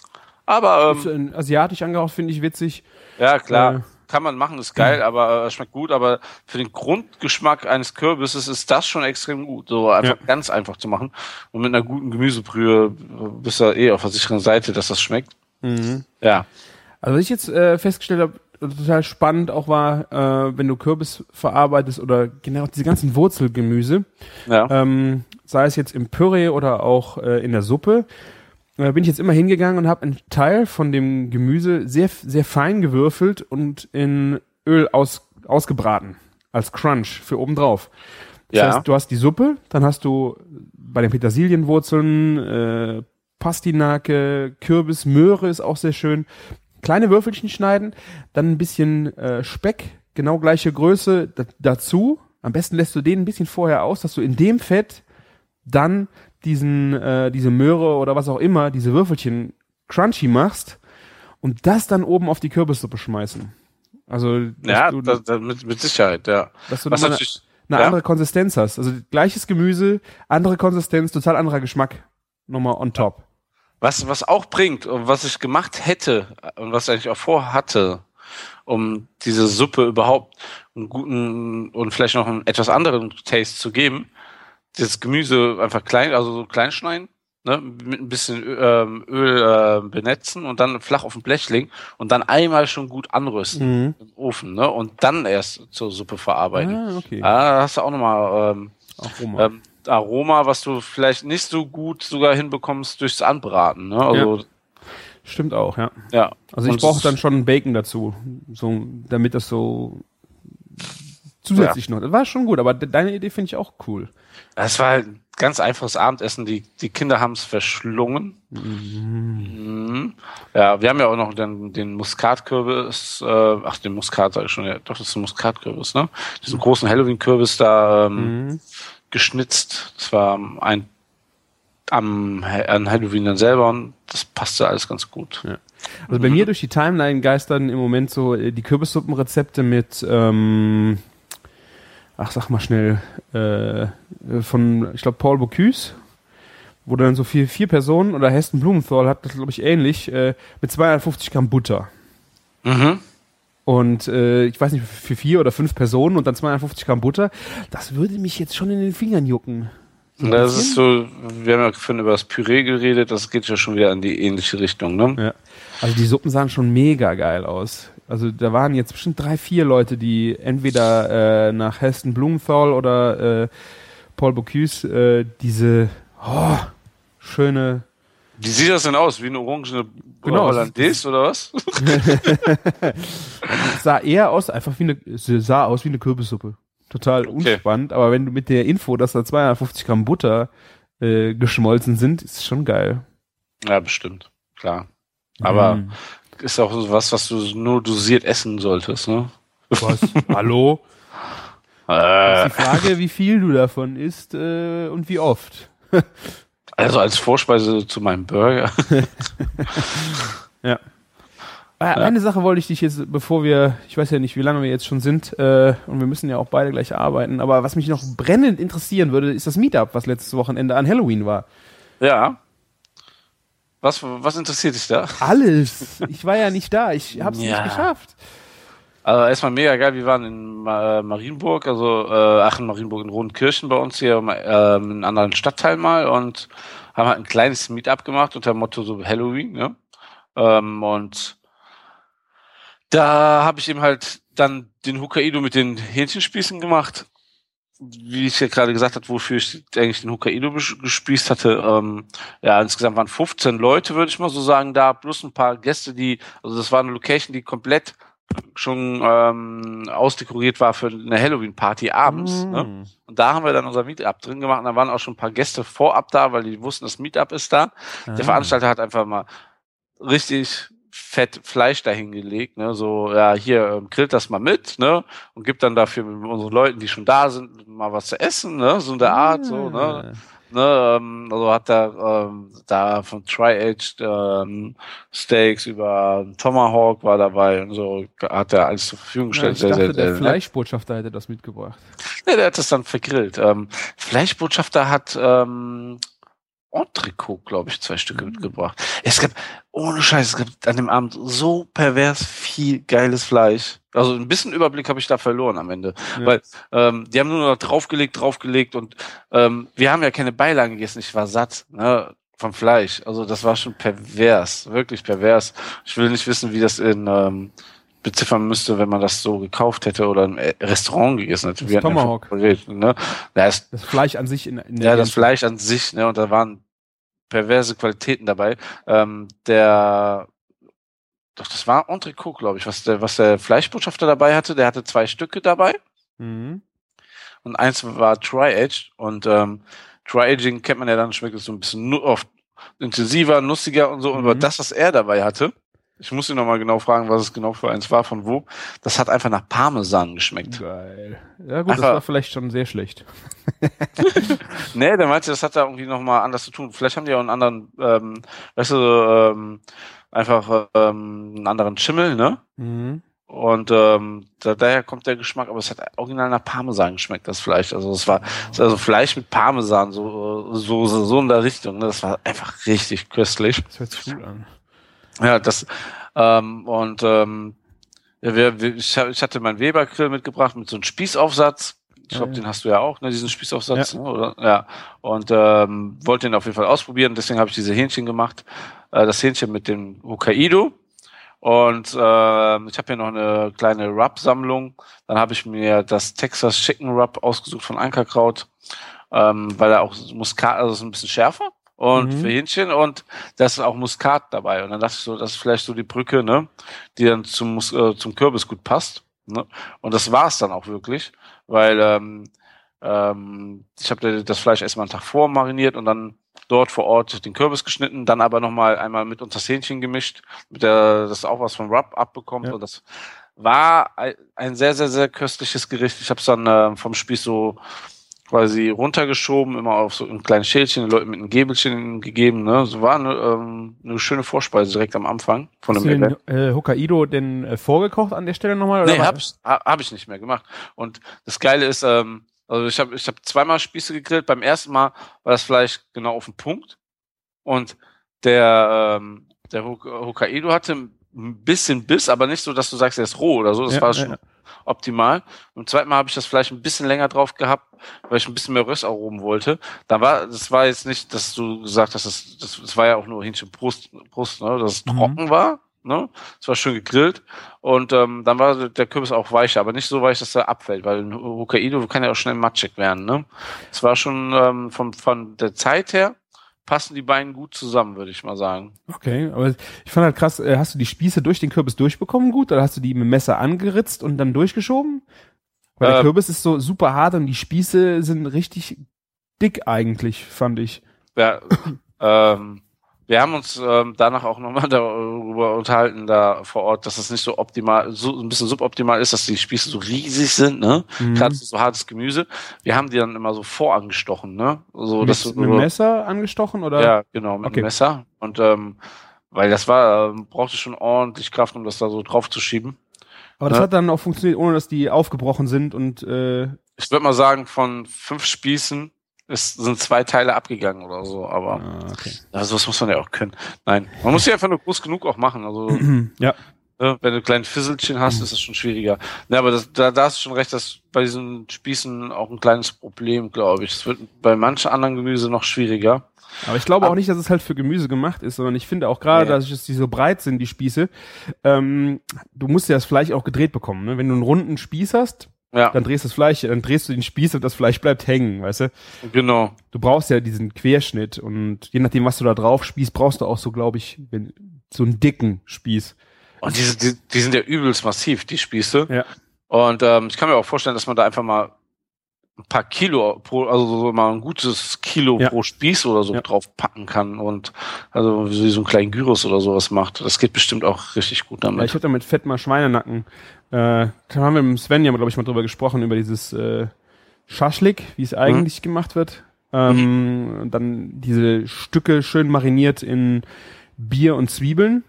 Aber, Ist, ähm, äh, asiatisch angehaucht, finde ich witzig. ja, klar, Äh, kann man machen, ist geil, aber äh, schmeckt gut, aber für den Grundgeschmack eines Kürbisses ist das schon extrem gut, so einfach Ja. ganz einfach zu machen. Und mit einer guten Gemüsebrühe bist du eh auf der sicheren Seite, dass das schmeckt. Mhm. Ja. Also was ich jetzt äh, festgestellt habe, total spannend auch war, äh, wenn du Kürbis verarbeitest oder genau diese ganzen Wurzelgemüse, Ja. ähm, sei es jetzt im Püree oder auch äh, in der Suppe, äh, bin ich jetzt immer hingegangen und habe einen Teil von dem Gemüse sehr sehr fein gewürfelt und in Öl aus, ausgebraten als Crunch für obendrauf. Das Ja. heißt, du hast die Suppe, dann hast du bei den Petersilienwurzeln äh, Pastinake, Kürbis, Möhre ist auch sehr schön. Kleine Würfelchen schneiden, dann ein bisschen äh, Speck, genau gleiche Größe d- dazu. Am besten lässt du den ein bisschen vorher aus, dass du in dem Fett dann diesen äh, diese Möhre oder was auch immer, diese Würfelchen crunchy machst und das dann oben auf die Kürbissuppe schmeißen. Also dass Ja, du, das, das mit, mit Sicherheit, ja. dass du Was nochmal eine, natürlich, eine ja? andere Konsistenz hast. Also gleiches Gemüse, andere Konsistenz, total anderer Geschmack. Nochmal on top. Was, was auch bringt und was ich gemacht hätte und was ich eigentlich auch vorhatte, um diese Suppe überhaupt einen guten und vielleicht noch einen etwas anderen Taste zu geben, das Gemüse einfach klein, also so klein schneiden, ne, mit ein bisschen Ö- ähm, Öl äh, benetzen und dann flach auf ein Blech legen und dann einmal schon gut anrösten Mhm. im Ofen, ne, und dann erst zur Suppe verarbeiten. Ah, okay. Ah, da hast du auch nochmal ähm, Aroma. ähm, Aroma, was du vielleicht nicht so gut sogar hinbekommst durchs Anbraten. Ne? Also, Stimmt auch, ja. ja. Also ich Und brauche es- dann schon Bacon dazu, so, damit das so zusätzlich noch. Das war schon gut, aber de deine Idee finde ich auch cool. Es war halt ein ganz einfaches Abendessen. Die, die Kinder haben es verschlungen. Mhm. Ja, wir haben ja auch noch den, den Muskatkürbis, äh, ach, den Muskat sag ich schon, ja, doch, das ist ein Muskatkürbis, ne? Diesen großen Halloween-Kürbis da ähm, Mhm. geschnitzt. Das war ein am an Halloween dann selber und das passte alles ganz gut. Ja. Also bei mir durch die Timeline geistern im Moment so äh, die Kürbissuppenrezepte mit ähm, ach sag mal schnell, äh, von, ich glaube, Paul Bocuse, wo dann so vier, vier Personen, oder Heston Blumenthal hat das, glaube ich, ähnlich, äh, mit zweihundertfünfzig Gramm Butter. Mhm. Und äh, ich weiß nicht, für vier oder fünf Personen und dann zweihundertfünfzig Gramm Butter, das würde mich jetzt schon in den Fingern jucken. So das ist so, wir haben ja vorhin über das Püree geredet, das geht ja schon wieder in die ähnliche Richtung, ne? Ja. Also die Suppen sahen schon mega geil aus. Also da waren jetzt bestimmt drei, vier Leute, die entweder äh, nach Heston Blumenthal oder äh, Paul Bocuse äh, diese oh, schöne... Wie sieht das denn aus? Wie eine orangene genau, Hollandaise oder was? sah eher aus, einfach wie eine, sah aus wie eine Kürbissuppe. Total okay. unspannend, aber wenn du mit der Info, dass da zweihundertfünfzig Gramm Butter äh, geschmolzen sind, ist schon geil. Ja, bestimmt, klar. Aber mm. ist auch so was, was du nur dosiert essen solltest, ne? Was? Hallo? Äh. Ist die Frage, wie viel du davon isst äh, und wie oft. Also als Vorspeise zu meinem Burger. ja. Eine ja. Sache wollte ich dich jetzt, bevor wir, ich weiß ja nicht, wie lange wir jetzt schon sind, äh, und wir müssen ja auch beide gleich arbeiten, aber was mich noch brennend interessieren würde, ist das Meetup, was letztes Wochenende an Halloween war. Ja. Was, was interessiert dich da? Alles. Ich war ja nicht da, ich hab's ja. nicht geschafft. Also erstmal mega geil, wir waren in äh, Marienburg, also äh, ach in Marienburg in Rodenkirchen bei uns hier, äh, in einem anderen Stadtteil mal und haben halt ein kleines Meetup gemacht unter dem Motto so Halloween, ne? Ähm, und da habe ich eben halt dann den Hokkaido mit den Hähnchenspießen gemacht. Wie ich ja gerade gesagt habe, wofür ich eigentlich den Hokkaido gespießt hatte. Ähm, ja, insgesamt waren fünfzehn Leute, würde ich mal so sagen, da, plus ein paar Gäste, die, also das war eine Location, die komplett schon ähm, ausdekoriert war für eine Halloween-Party abends. Mm. Ne? Und da haben wir dann unser Meetup drin gemacht und da waren auch schon ein paar Gäste vorab da, weil die wussten, das Meetup ist da. Ah. Der Veranstalter hat einfach mal richtig fett Fleisch dahingelegt, ne, so, ja, hier, ähm, grillt das mal mit, ne, und gibt dann dafür mit unseren Leuten, die schon da sind, mal was zu essen, ne, so in der Art, ah. so, ne, ne, ähm, also hat er, ähm, da von Tri-Aged, ähm, Steaks über Tomahawk war dabei und so, hat er alles zur Verfügung gestellt. Ja, ich dachte, sehr, der sehr, Fleischbotschafter hätte das mitgebracht. Ne, der hat das dann vergrillt. Ähm, Fleischbotschafter hat, ähm, Entrecot, glaube ich, zwei Stücke mitgebracht. Es gab, ohne Scheiß, es gab an dem Abend so pervers viel geiles Fleisch. Also ein bisschen Überblick habe ich da verloren am Ende. Ja. Weil ähm, die haben nur noch draufgelegt, draufgelegt und ähm, wir haben ja keine Beilagen gegessen. Ich war satt, ne, vom Fleisch. Also das war schon pervers, wirklich pervers. Ich will nicht wissen, wie das in ähm, beziffern müsste, wenn man das so gekauft hätte oder im Restaurant gegessen hätte. Das Tomahawk. Geredet, ne? Das, das Fleisch an sich in, in der Ja, das Fleisch an sich, ne? Und da waren perverse Qualitäten dabei. Ähm, der Doch, das war Entrecot, glaube ich, was der, was der Fleischbotschafter dabei hatte. Der hatte zwei Stücke dabei. Mhm. Und eins war Tri-Aged. Und ähm, Tri-Aging kennt man ja dann, schmeckt es so ein bisschen nu- oft intensiver, nussiger und so. Mhm. Aber das, was er dabei hatte, ich muss ihn nochmal genau fragen, was es genau für eins war, von wo. Das hat einfach nach Parmesan geschmeckt. Geil. Ja gut, einfach, das war vielleicht schon sehr schlecht. Nee, der meinte, das hat da irgendwie nochmal anders zu tun. Vielleicht haben die auch einen anderen, ähm, weißt du, ähm, einfach ähm, einen anderen Schimmel, ne? Mhm. Und ähm, da, daher kommt der Geschmack, aber es hat original nach Parmesan geschmeckt, das Fleisch. Also es war also Fleisch mit Parmesan, so, so, so, so in der Richtung. Ne? Das war einfach richtig köstlich. Das hört sich gut an. Ja, das ähm, und ähm, ja, wir, wir, ich, ich hatte meinen Weber-Grill mitgebracht mit so einem Spießaufsatz. Ich glaube, ja, ja. den hast du ja auch, ne, diesen Spießaufsatz, ja. Ne, oder? Ja. Und ähm, wollte den auf jeden Fall ausprobieren, deswegen habe ich diese Hähnchen gemacht. Äh, das Hähnchen mit dem Hokkaido. Und äh, ich habe hier noch eine kleine Rub-Sammlung. Dann habe ich mir das Texas Chicken Rub ausgesucht von Ankerkraut, ähm, weil er auch Muskat, also ist ein bisschen schärfer. Und mhm. für Hähnchen und da ist auch Muskat dabei. Und dann dachte ich so, das ist vielleicht so die Brücke, ne, die dann zum Mus- äh, zum Kürbis gut passt. Ne? Und das war es dann auch wirklich, weil ähm, ähm, ich habe das Fleisch erstmal einen Tag vor mariniert und dann dort vor Ort den Kürbis geschnitten, dann aber nochmal einmal mit unter das Hähnchen gemischt, mit der das auch was vom Rub abbekommt. Ja. Und das war ein sehr, sehr, sehr köstliches Gericht. Ich habe es dann äh, vom Spieß so quasi runtergeschoben, immer auf so ein kleines Schälchen, den Leuten mit einem Gäbelchen gegeben. Ne? So war eine, ähm, eine schöne Vorspeise direkt am Anfang von Hast dem du den äh, Hokkaido denn äh, vorgekocht an der Stelle nochmal? Nee, hab ich, hab ich nicht mehr gemacht. Und das Geile ist, ähm, also ich habe ich hab zweimal Spieße gegrillt. Beim ersten Mal war das Fleisch genau auf den Punkt. Und der, ähm, der Hokkaido hatte ein bisschen Biss, aber nicht so, dass du sagst, er ist roh oder so. Das ja, war ja, schon ja. optimal. Und Zweiten Mal habe ich das Fleisch ein bisschen länger drauf gehabt, weil ich ein bisschen mehr Röstaromen wollte. Da war, das war jetzt nicht, dass du gesagt hast, das, das, das war ja auch nur Hähnchenbrust, Brust, ne, dass es mhm. trocken war. Ne? Es war schön gegrillt. Und ähm, dann war der Kürbis auch weicher, aber nicht so weich, dass er abfällt, weil ein Hokkaido kann ja auch schnell matschig werden. Ne? Es war schon ähm, von, von der Zeit her, passen die beiden gut zusammen, würde ich mal sagen. Okay, aber ich fand halt krass, äh, hast du die Spieße durch den Kürbis durchbekommen gut oder hast du die mit dem Messer angeritzt und dann durchgeschoben? Weil der äh, Kürbis ist so super hart und die Spieße sind richtig dick eigentlich, fand ich. Ja, ähm, wir haben uns ähm, danach auch nochmal darüber unterhalten, da vor Ort, dass es nicht so optimal, so ein bisschen suboptimal ist, dass die Spieße so riesig sind, ne? Mhm. Gerade so hartes Gemüse. Wir haben die dann immer so vorangestochen, ne? So, mit, dass mit so, dem Messer angestochen, oder? Ja, genau, mit okay. dem Messer. Und ähm, weil das war, ähm, brauchte schon ordentlich Kraft, um das da so drauf zu schieben. Aber das ne? hat dann auch funktioniert, ohne dass die aufgebrochen sind und äh ich würde mal sagen, von fünf Spießen es sind zwei Teile abgegangen oder so, aber ah, okay. also was muss man ja auch können. Nein, man muss ja einfach nur groß genug auch machen. Also ja. ne, wenn du ein kleines Fisselchen hast, ist es schon schwieriger. Ja, aber das, da, da hast du schon recht, dass bei diesen Spießen auch ein kleines Problem, glaube ich. Es wird bei manchen anderen Gemüse noch schwieriger. Aber ich glaube auch nicht, dass es halt für Gemüse gemacht ist, sondern ich finde auch gerade, nee. dass die so breit sind, die Spieße, ähm, du musst ja das Fleisch auch gedreht bekommen. Ne? Wenn du einen runden Spieß hast, ja. dann drehst du das Fleisch, dann drehst du den Spieß und das Fleisch bleibt hängen, weißt du? Genau. Du brauchst ja diesen Querschnitt und je nachdem, was du da drauf spießt, brauchst du auch so, glaube ich, wenn, so einen dicken Spieß. Und diese, die, die sind ja übelst massiv, die Spieße. Ja. Und ähm, ich kann mir auch vorstellen, dass man da einfach mal ein paar Kilo pro, also so mal ein gutes Kilo ja. pro Spieß oder so ja. drauf packen kann und also wie so einen kleinen Gyros oder sowas macht. Das geht bestimmt auch richtig gut damit. Ja, ich hatte mit Fett mal Schweinenacken. Äh, da haben wir mit Sven ja, glaube ich, mal drüber gesprochen, über dieses äh, Schaschlik, wie es eigentlich mhm. gemacht wird. Ähm, mhm. Dann diese Stücke schön mariniert in Bier und Zwiebeln.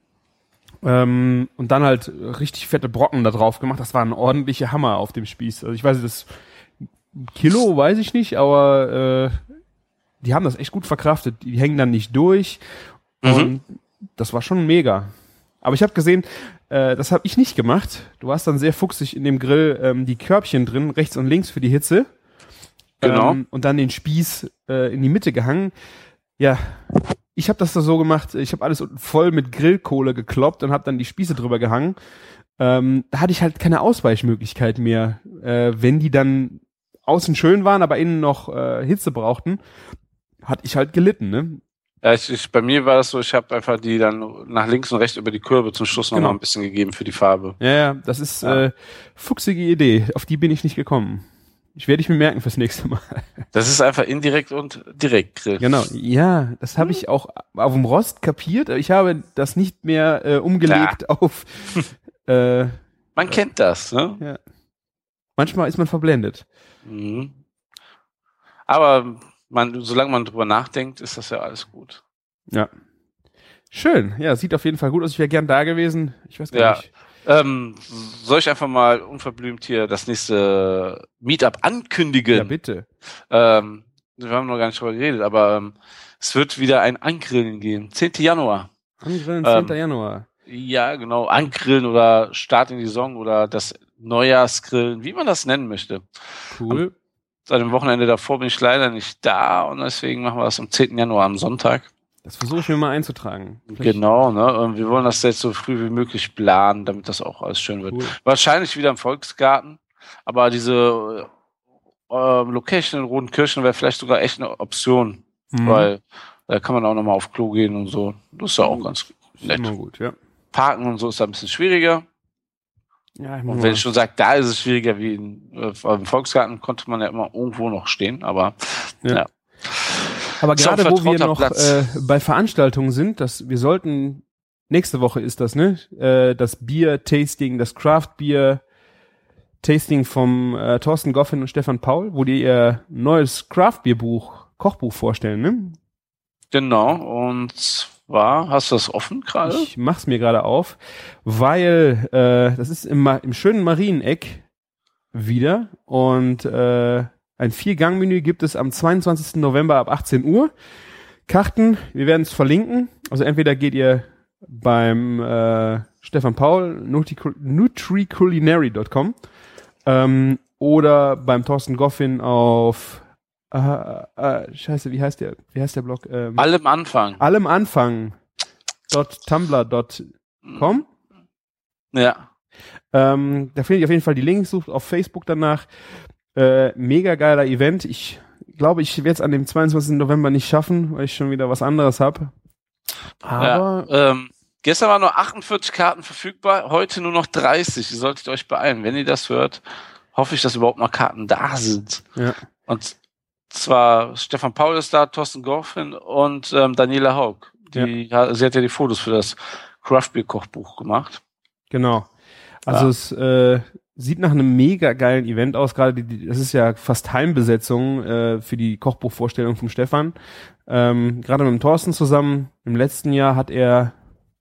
Ähm, und dann halt richtig fette Brocken da drauf gemacht. Das war ein ordentlicher Hammer auf dem Spieß. Also ich weiß nicht, das Kilo weiß ich nicht, aber äh, die haben das echt gut verkraftet. Die hängen dann nicht durch mhm. und das war schon mega. Aber ich habe gesehen, äh, das habe ich nicht gemacht. Du hast dann sehr fuchsig in dem Grill ähm, die Körbchen drin, rechts und links für die Hitze. Genau. Ähm, und dann den Spieß äh, in die Mitte gehangen. Ja, ich habe das da so gemacht. Ich habe alles voll mit Grillkohle gekloppt und habe dann die Spieße drüber gehangen. Ähm, da hatte ich halt keine Ausweichmöglichkeit mehr. Äh, wenn die dann außen schön waren, aber innen noch äh, Hitze brauchten, hatte ich halt gelitten, ne? Ja, ich, ich, bei mir war das so, ich habe einfach die dann nach links und rechts über die Körbe zum Schluss noch genau. mal ein bisschen gegeben für die Farbe. Ja, ja, das ist ja. äh, fuchsige Idee, auf die bin ich nicht gekommen. Ich werde ich mir merken fürs nächste Mal. Das ist einfach indirekt und direkt Grill. Genau, ja, das habe ich auch auf dem Rost kapiert, aber ich habe das nicht mehr äh, umgelegt ja. auf äh, man kennt das, ne? Ja. Manchmal ist man verblendet. Mhm. Aber man, solange man drüber nachdenkt, ist das ja alles gut. Ja. Schön. Ja, sieht auf jeden Fall gut aus. Ich wäre gern da gewesen. Ich weiß gar ja. nicht. Ähm, soll ich einfach mal unverblümt hier das nächste Meetup ankündigen? Ja, bitte. Ähm, wir haben noch gar nicht drüber geredet, aber ähm, es wird wieder ein Angrillen geben. zehnten Januar. Angrillen, zehnten Januar. Ja, genau. Angrillen oder Start in die Saison oder das Neujahrsgrillen, wie man das nennen möchte. Cool. Am, seit dem Wochenende davor bin ich leider nicht da und deswegen machen wir das am zehnten Januar am Sonntag. Das versuche ich mir mal einzutragen. Vielleicht. Genau, ne? Und wir wollen das jetzt so früh wie möglich planen, damit das auch alles schön wird. Cool. Wahrscheinlich wieder im Volksgarten, aber diese äh, Location in Rodenkirchen wäre vielleicht sogar echt eine Option, mhm. weil da kann man auch nochmal auf Klo gehen und so. Das ist ja auch ganz nett. Immer gut, ja. Parken und so ist da ein bisschen schwieriger. Ja, ich und wenn ich schon sage, da ist es schwieriger wie in, äh, im Volksgarten, konnte man ja immer irgendwo noch stehen, aber ja. ja. Aber gerade wo wir noch äh, bei Veranstaltungen sind, dass wir sollten, nächste Woche ist das, ne? Äh, das Bier-Tasting, das Craft-Bier Tasting vom äh, Thorsten Goffin und Stefan Paul, wo die ihr neues Craft-Bier-Buch, Kochbuch vorstellen, ne? Genau, und zwar, hast du das offen gerade? Ich mach's mir gerade auf, weil äh, das ist im, im schönen Marieneck wieder und äh, ein Vier-Gang-Menü gibt es am zweiundzwanzigsten November ab achtzehn Uhr. Karten, wir werden es verlinken, also entweder geht ihr beim äh, Stefan Paul, nutri culinary punkt com ähm, oder beim Thorsten Goffin auf äh, äh, scheiße, wie heißt der, wie heißt der Blog? Ähm, Allem Anfang. Allem Anfang .tumblr punkt com Ja. Ähm, da findet ihr auf jeden Fall die Links, sucht auf Facebook danach. Äh, mega geiler Event. Ich glaube, ich werde es an dem zweiundzwanzigsten November nicht schaffen, weil ich schon wieder was anderes habe. Aber ja, ähm, gestern waren nur achtundvierzig Karten verfügbar, heute nur noch dreißig. Ihr solltet euch beeilen. Wenn ihr das hört, hoffe ich, dass überhaupt noch Karten da sind. Ja. Und zwar Stefan Paul ist da, Thorsten Goffin und ähm, Daniela Haug. Die, ja. Sie hat ja die Fotos für das Craft-Bier-Kochbuch gemacht. Genau. Also ja. es äh, sieht nach einem mega geilen Event aus. Gerade die, die, das ist ja fast Heimbesetzung äh, für die Kochbuchvorstellung vom Stefan. Ähm, gerade mit dem Thorsten zusammen. Im letzten Jahr hat er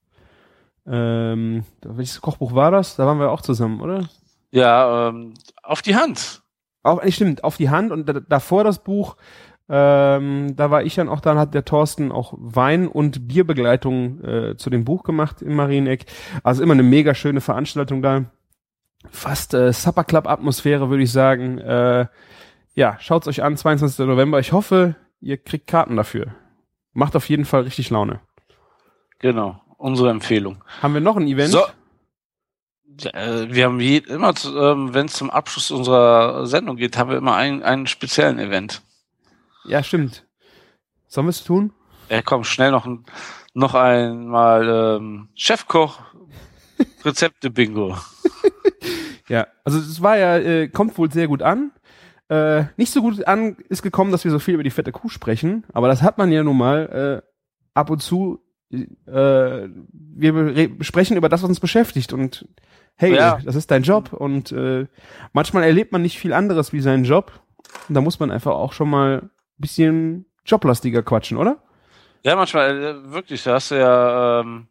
ähm, welches Kochbuch war das? Da waren wir auch zusammen, oder? Ja, ähm, auf die Hand. Auch, nicht stimmt, auf die Hand und da, davor das Buch, ähm, da war ich dann auch, dann hat der Thorsten auch Wein- und Bierbegleitung äh, zu dem Buch gemacht im Marieneck. Also immer eine mega schöne Veranstaltung da. Fast äh, Supper Club Atmosphäre, würde ich sagen. Äh, ja, schaut's euch an, zweiundzwanzigsten November. Ich hoffe, ihr kriegt Karten dafür. Macht auf jeden Fall richtig Laune. Genau, unsere Empfehlung. Haben wir noch ein Event? So. Wir haben je, immer, ähm, wenn es zum Abschluss unserer Sendung geht, haben wir immer einen, einen speziellen Event. Ja, stimmt. Sollen wir es tun? Ja, komm, schnell noch, ein, noch einmal ähm, Chefkoch Rezepte-Bingo. Ja, also es war ja, äh, kommt wohl sehr gut an. Äh, nicht so gut an ist gekommen, dass wir so viel über die fette Kuh sprechen, aber das hat man ja nun mal äh, ab und zu. Äh, wir sprechen über das, was uns beschäftigt und hey, ja. Das ist dein Job und äh, manchmal erlebt man nicht viel anderes wie seinen Job und da muss man einfach auch schon mal ein bisschen joblastiger quatschen, oder? Ja, manchmal, äh, wirklich, da hast du ja ähm,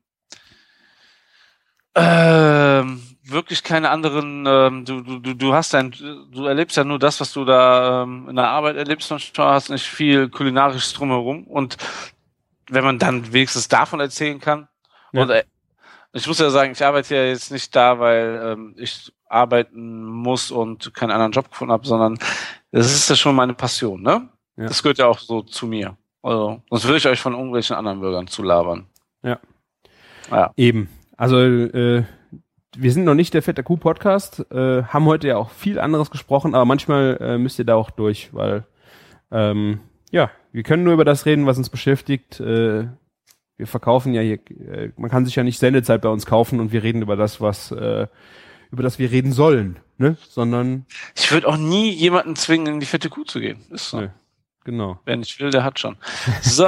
ähm, wirklich keine anderen, ähm, du, du, du hast dein, du erlebst ja nur das, was du da ähm, in der Arbeit erlebst, manchmal hast nicht viel kulinarisches drumherum und wenn man dann wenigstens davon erzählen kann ja. Und äh, ich muss ja sagen, ich arbeite ja jetzt nicht da, weil ähm, ich arbeiten muss und keinen anderen Job gefunden habe, sondern das ist ja schon meine Passion, ne? Ja. Das gehört ja auch so zu mir. Also, sonst würde ich euch von irgendwelchen anderen Bürgern zulabern. Ja. Ja. Eben. Also, äh, wir sind noch nicht der Fette Kuh Podcast, äh, haben heute ja auch viel anderes gesprochen, aber manchmal äh, müsst ihr da auch durch, weil, ähm, ja, wir können nur über das reden, was uns beschäftigt. Äh, wir verkaufen ja hier, äh, man kann sich ja nicht Sendezeit bei uns kaufen und wir reden über das, was, äh, über das wir reden sollen, ne? Sondern. Ich würde auch nie jemanden zwingen, in die Fette Kuh zu gehen. Ist so. Ne, genau. Wer nicht will, der hat schon. So.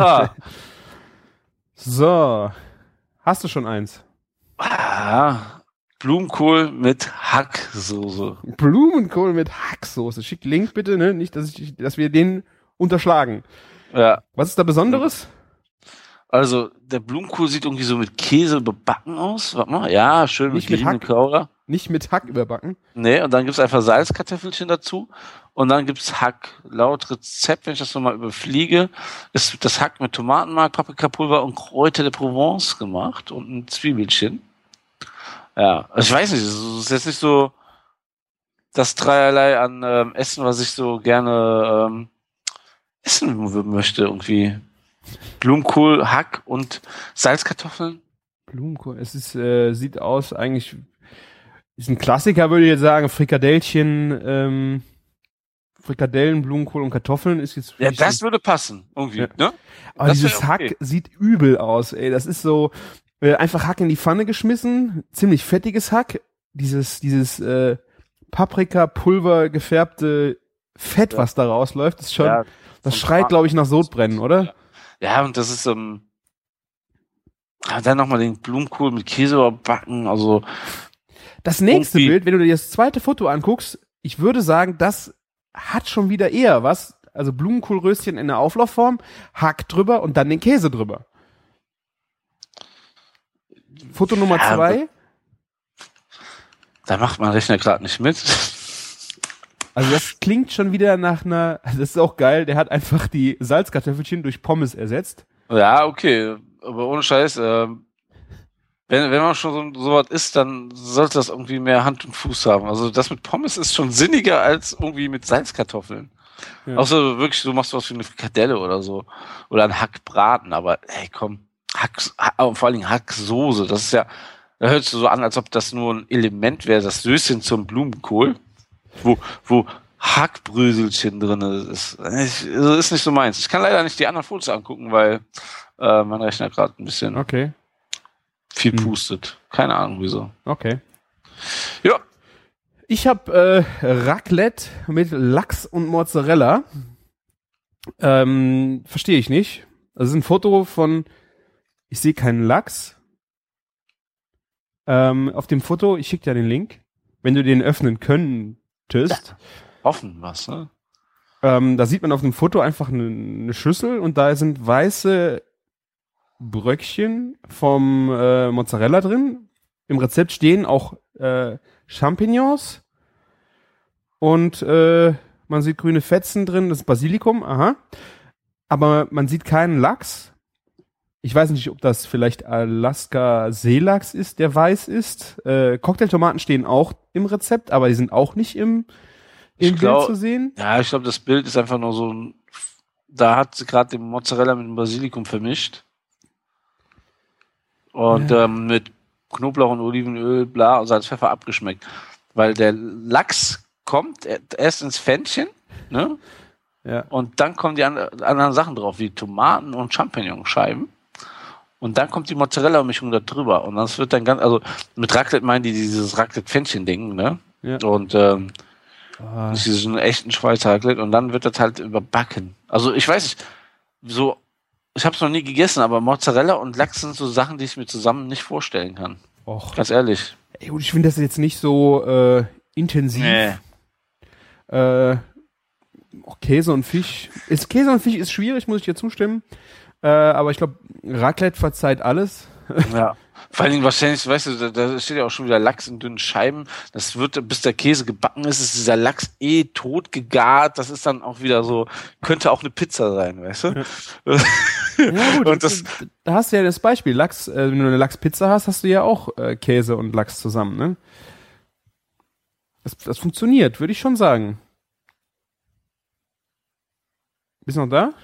So. Hast du schon eins? Ah, Blumenkohl mit Hacksoße. Blumenkohl mit Hacksoße. Schick Link bitte, ne? Nicht, dass ich, dass wir den unterschlagen. Ja. Was ist da Besonderes? Also, der Blumenkohl sieht irgendwie so mit Käse überbacken aus. Warte mal. Ja, schön nicht mit Hack. Kauder. Nicht mit Hack überbacken? Nee, und dann gibt's einfach Salzkartoffelchen dazu. Und dann gibt's Hack. Laut Rezept, wenn ich das nochmal überfliege, ist das Hack mit Tomatenmark, Paprikapulver und Kräuter der Provence gemacht und ein Zwiebelchen. Ja, also ich weiß nicht, es ist jetzt nicht so das Dreierlei an ähm, Essen, was ich so gerne ähm, essen möchte, irgendwie. Blumenkohl, Hack und Salzkartoffeln. Blumenkohl, es ist, äh, sieht aus, eigentlich, ist ein Klassiker, würde ich jetzt sagen, Frikadellchen, ähm, Frikadellen, Blumenkohl und Kartoffeln ist jetzt. Ja, das so, würde passen, irgendwie, ja. Ne? Aber das dieses Hack okay. Sieht übel aus, ey, das ist so, äh, einfach Hack in die Pfanne geschmissen, ziemlich fettiges Hack, dieses, dieses, äh, Paprikapulver gefärbte Fett, ja. Was da rausläuft, ist schon, ja, das schreit, glaube ich, nach Sodbrennen, oder? Ja. Ja, und das ist, ähm, dann nochmal den Blumenkohl mit Käse überbacken, also. Das nächste Irgendwie. Bild, wenn du dir das zweite Foto anguckst, ich würde sagen, das hat schon wieder eher was. Also Blumenkohlröschen in der Auflaufform, Hack drüber und dann den Käse drüber. Foto Nummer Ja, zwei. Da macht mein Rechner gerade nicht mit. Also das klingt schon wieder nach einer, das ist auch geil, der hat einfach die Salzkartoffelchen durch Pommes ersetzt. Ja, okay, aber ohne Scheiß, äh, wenn, wenn man schon so, so was isst, dann sollte das irgendwie mehr Hand und Fuß haben. Also das mit Pommes ist schon sinniger als irgendwie mit Salzkartoffeln. Ja. Außer wirklich, du machst was für eine Frikadelle oder so. Oder ein Hackbraten, aber hey, komm, Hack, Hack, vor allen Dingen Hacksoße, das ist ja, da hört sich so an, als ob das nur ein Element wäre, das Söschen zum Blumenkohl, wo, wo Hackbröselchen drin ist. Ich, also ist nicht so meins. Ich kann leider nicht die anderen Fotos angucken, weil äh, mein Rechner gerade ein bisschen Okay, viel Hm. pustet. Keine Ahnung wieso. okay. Ja, Ich habe äh, Raclette mit Lachs und Mozzarella. Ähm, verstehe ich nicht. Das ist ein Foto von, ich sehe keinen Lachs. Ähm, auf dem Foto, ich schicke dir den Link, wenn du den öffnen könntest. offen was, ne? Ähm, da sieht man auf dem Foto einfach eine, eine Schüssel und da sind weiße Bröckchen vom äh, Mozzarella drin. Im Rezept stehen auch äh, Champignons und äh, man sieht grüne Fetzen drin, das ist Basilikum, aha. Aber man sieht keinen Lachs. Ich weiß nicht, ob das vielleicht Alaska-Seelachs ist, der weiß ist. Äh, Cocktailtomaten stehen auch im Rezept, aber die sind auch nicht im, Ich im Bild glaub- zu sehen. Ja, ich glaube, das Bild ist einfach nur so ein, da hat sie gerade den Mozzarella mit dem Basilikum vermischt. Und Ja. ähm, mit Knoblauch und Olivenöl, bla, und Salz, Pfeffer abgeschmeckt. Weil der Lachs kommt erst ins Pfännchen, ne? Ja. Und dann kommen die an, anderen Sachen drauf, wie Tomaten und Champignonscheiben. Und dann kommt die Mozzarella-Mischung da drüber. Und das wird dann ganz, also mit Raclette meinen die dieses Raclette-Pfännchen-Ding, ne? Ja. Und ähm, Ah, das ist diesen echten Schweizer Raclette. Und dann wird das halt überbacken. Also ich weiß nicht, so, ich habe es noch nie gegessen, aber Mozzarella und Lachs sind so Sachen, die ich mir zusammen nicht vorstellen kann. och. Ganz ehrlich. Ey, gut, ich finde das jetzt nicht so äh, intensiv. Nee. Äh, auch Käse und Fisch. Ist, Käse und Fisch ist schwierig, muss ich dir zustimmen. Äh, aber ich glaube, Raclette verzeiht alles. Ja. Vor allen Dingen wahrscheinlich, weißt du, da, da steht ja auch schon wieder Lachs in dünnen Scheiben. Das wird, bis der Käse gebacken ist, ist dieser Lachs eh tot gegart. Das ist dann auch wieder so, könnte auch eine Pizza sein, weißt du? Ja, gut, Und das, da hast du ja das Beispiel. Lachs, äh, wenn du eine Lachspizza hast, hast du ja auch äh, Käse und Lachs zusammen, ne? Das, das funktioniert, würde ich schon sagen. Bist du noch da?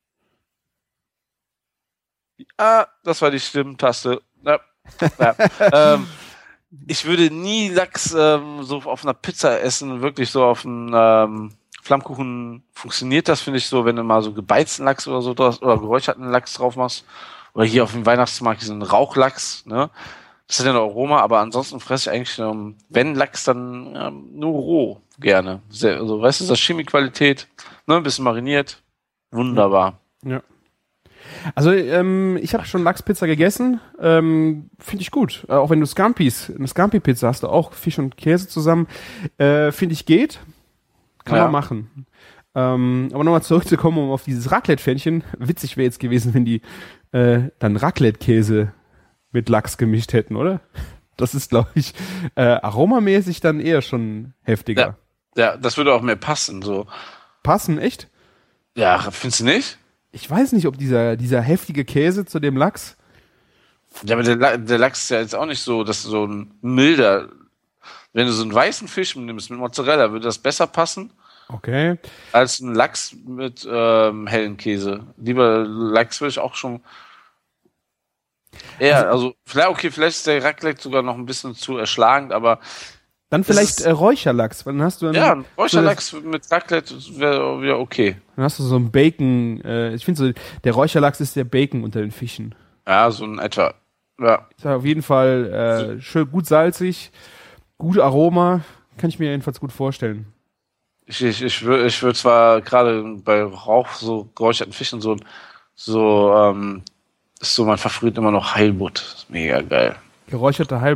ah, das war die Stimmtaste. Ja. Ja. ähm, ich würde nie Lachs ähm, so auf einer Pizza essen, wirklich so auf einem ähm, Flammkuchen funktioniert das, finde ich so, wenn du mal so gebeizten Lachs oder so drauf, oder geräucherten Lachs drauf machst. Oder hier auf dem Weihnachtsmarkt diesen Rauchlachs, ne? Das hat ja ein Aroma, aber ansonsten fresse ich eigentlich, ähm, wenn Lachs, dann ähm, nur roh gerne. Sehr, also, weißt du, das ist Chemiequalität, ne? Ein bisschen mariniert. Wunderbar. Ja. Also ähm, ich habe schon Lachspizza gegessen, ähm, finde ich gut. Äh, auch wenn du Scampis, eine Scampi-Pizza hast du auch Fisch und Käse zusammen, äh, finde ich geht, kann Ja. man machen. Ähm, aber nochmal zurückzukommen, um auf dieses Raclette-Pfännchen. Witzig wäre jetzt gewesen, wenn die äh, dann Raclette-Käse mit Lachs gemischt hätten, oder? Das ist, glaube ich, äh, aromamäßig dann eher schon heftiger. Ja, das würde auch mehr passen, so. Passen, echt? Ja, findest du nicht? Ich weiß nicht, ob dieser, dieser heftige Käse zu dem Lachs. Ja, aber der, La- der Lachs ist ja jetzt auch nicht so, dass so ein milder, wenn du so einen weißen Fisch nimmst mit Mozzarella, würde das besser passen Okay. als ein Lachs mit ähm, hellen Käse. Lieber Lachs würde ich auch schon eher, also, vielleicht, okay, vielleicht ist der Raclette sogar noch ein bisschen zu erschlagend, aber Dann vielleicht ist- äh, Räucherlachs, weil dann hast du dann, ja, ein Räucherlachs mit Raclette wäre wieder okay. dann hast du so ein Bacon, äh, ich finde so, der Räucherlachs ist der Bacon unter den Fischen. Ja, so ein etwa. Ja. Ist auf jeden Fall äh, schön gut salzig, gut Aroma, kann ich mir jedenfalls gut vorstellen. Ich, ich, ich würde ich würd zwar gerade bei Rauch, so geräucherten Fischen, so, so, ähm, ist so mein Favorit immer noch Heilbutt. Ist mega geil. Geräucherter Heilbutt.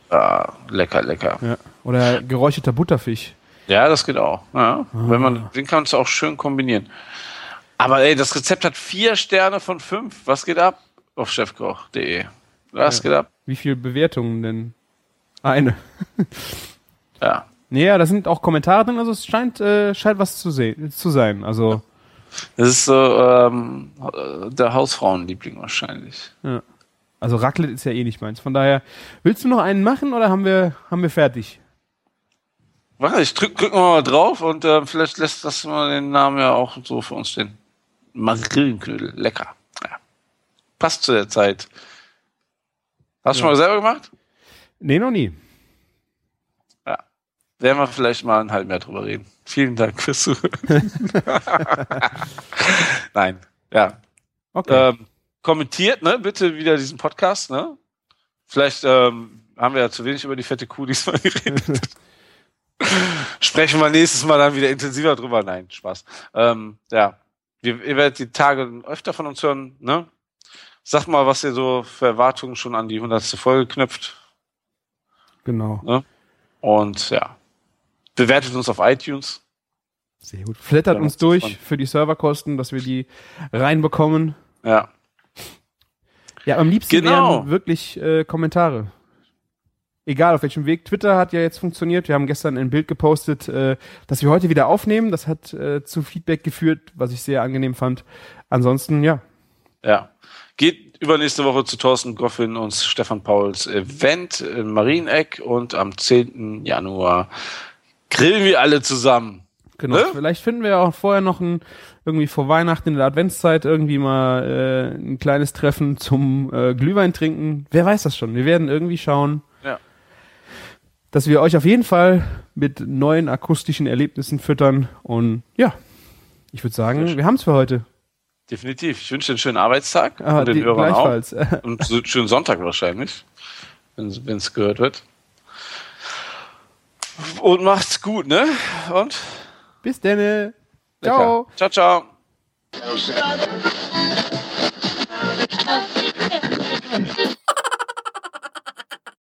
Ah, lecker, lecker. Ja. Oder geräucherter Butterfisch. Ja, das geht auch. Ja. Ah. Wenn man, den kannst du auch schön kombinieren. Aber ey, das Rezept hat vier Sterne von fünf. Was geht ab? Auf chefkoch punkt de. Was ja. geht ab? Wie viele Bewertungen denn? Eine. Ja. Naja, da sind auch Kommentare drin, also es scheint, äh, scheint was zu, se- zu sein. Also. Das ist so ähm, der Hausfrauenliebling wahrscheinlich. Ja. Also Raclette ist ja eh nicht meins. Von daher, willst du noch einen machen oder haben wir, haben wir fertig? Warte, ich drück, drück mal drauf und äh, vielleicht lässt das mal den Namen ja auch so für uns stehen. Makrelenknödel, lecker. Ja. Passt zu der Zeit. Hast du ja. schon mal selber gemacht? Nee, noch nie. Ja. Werden wir vielleicht mal ein halb mehr drüber reden. Vielen Dank fürs Zuhören. Nein, ja. Okay. Ähm, kommentiert, ne, bitte wieder diesen Podcast, ne? Vielleicht ähm, haben wir ja zu wenig über die fette Kuh diesmal geredet. Sprechen wir nächstes Mal dann wieder intensiver drüber. Nein, Spaß. Ähm, ja, ihr, ihr werdet die Tage öfter von uns hören, ne? Sag mal, was ihr so für Erwartungen schon an die hundertste Folge knüpft. Genau. Ne? Und ja, bewertet uns auf iTunes. Sehr gut. Flattert uns durch für die Serverkosten, dass wir die reinbekommen. Ja. Ja, am liebsten genau. wären wirklich äh, Kommentare. Egal auf welchem Weg. Twitter hat ja jetzt funktioniert. Wir haben gestern ein Bild gepostet, äh, dass wir heute wieder aufnehmen. Das hat äh, zu Feedback geführt, was ich sehr angenehm fand. Ansonsten, ja. Ja. Geht übernächste Woche zu Thorsten Goffin und Stefan Pauls Event in Marieneck und am zehnten Januar grillen wir alle zusammen. Genau. Ne? Vielleicht finden wir auch vorher noch ein, irgendwie vor Weihnachten in der Adventszeit irgendwie mal äh, ein kleines Treffen zum äh, Glühwein trinken. Wer weiß das schon? Wir werden irgendwie schauen, ja. dass wir euch auf jeden Fall mit neuen akustischen Erlebnissen füttern. Und ja, ich würde sagen, wir haben es für heute. Definitiv. Ich wünsche dir einen schönen Arbeitstag ah, und den die, Hörern gleichfalls. auch. Und so einen schönen Sonntag wahrscheinlich, wenn es gehört wird. Und macht's gut, ne? Und? Bis denne. Ciao. Ciao, ciao.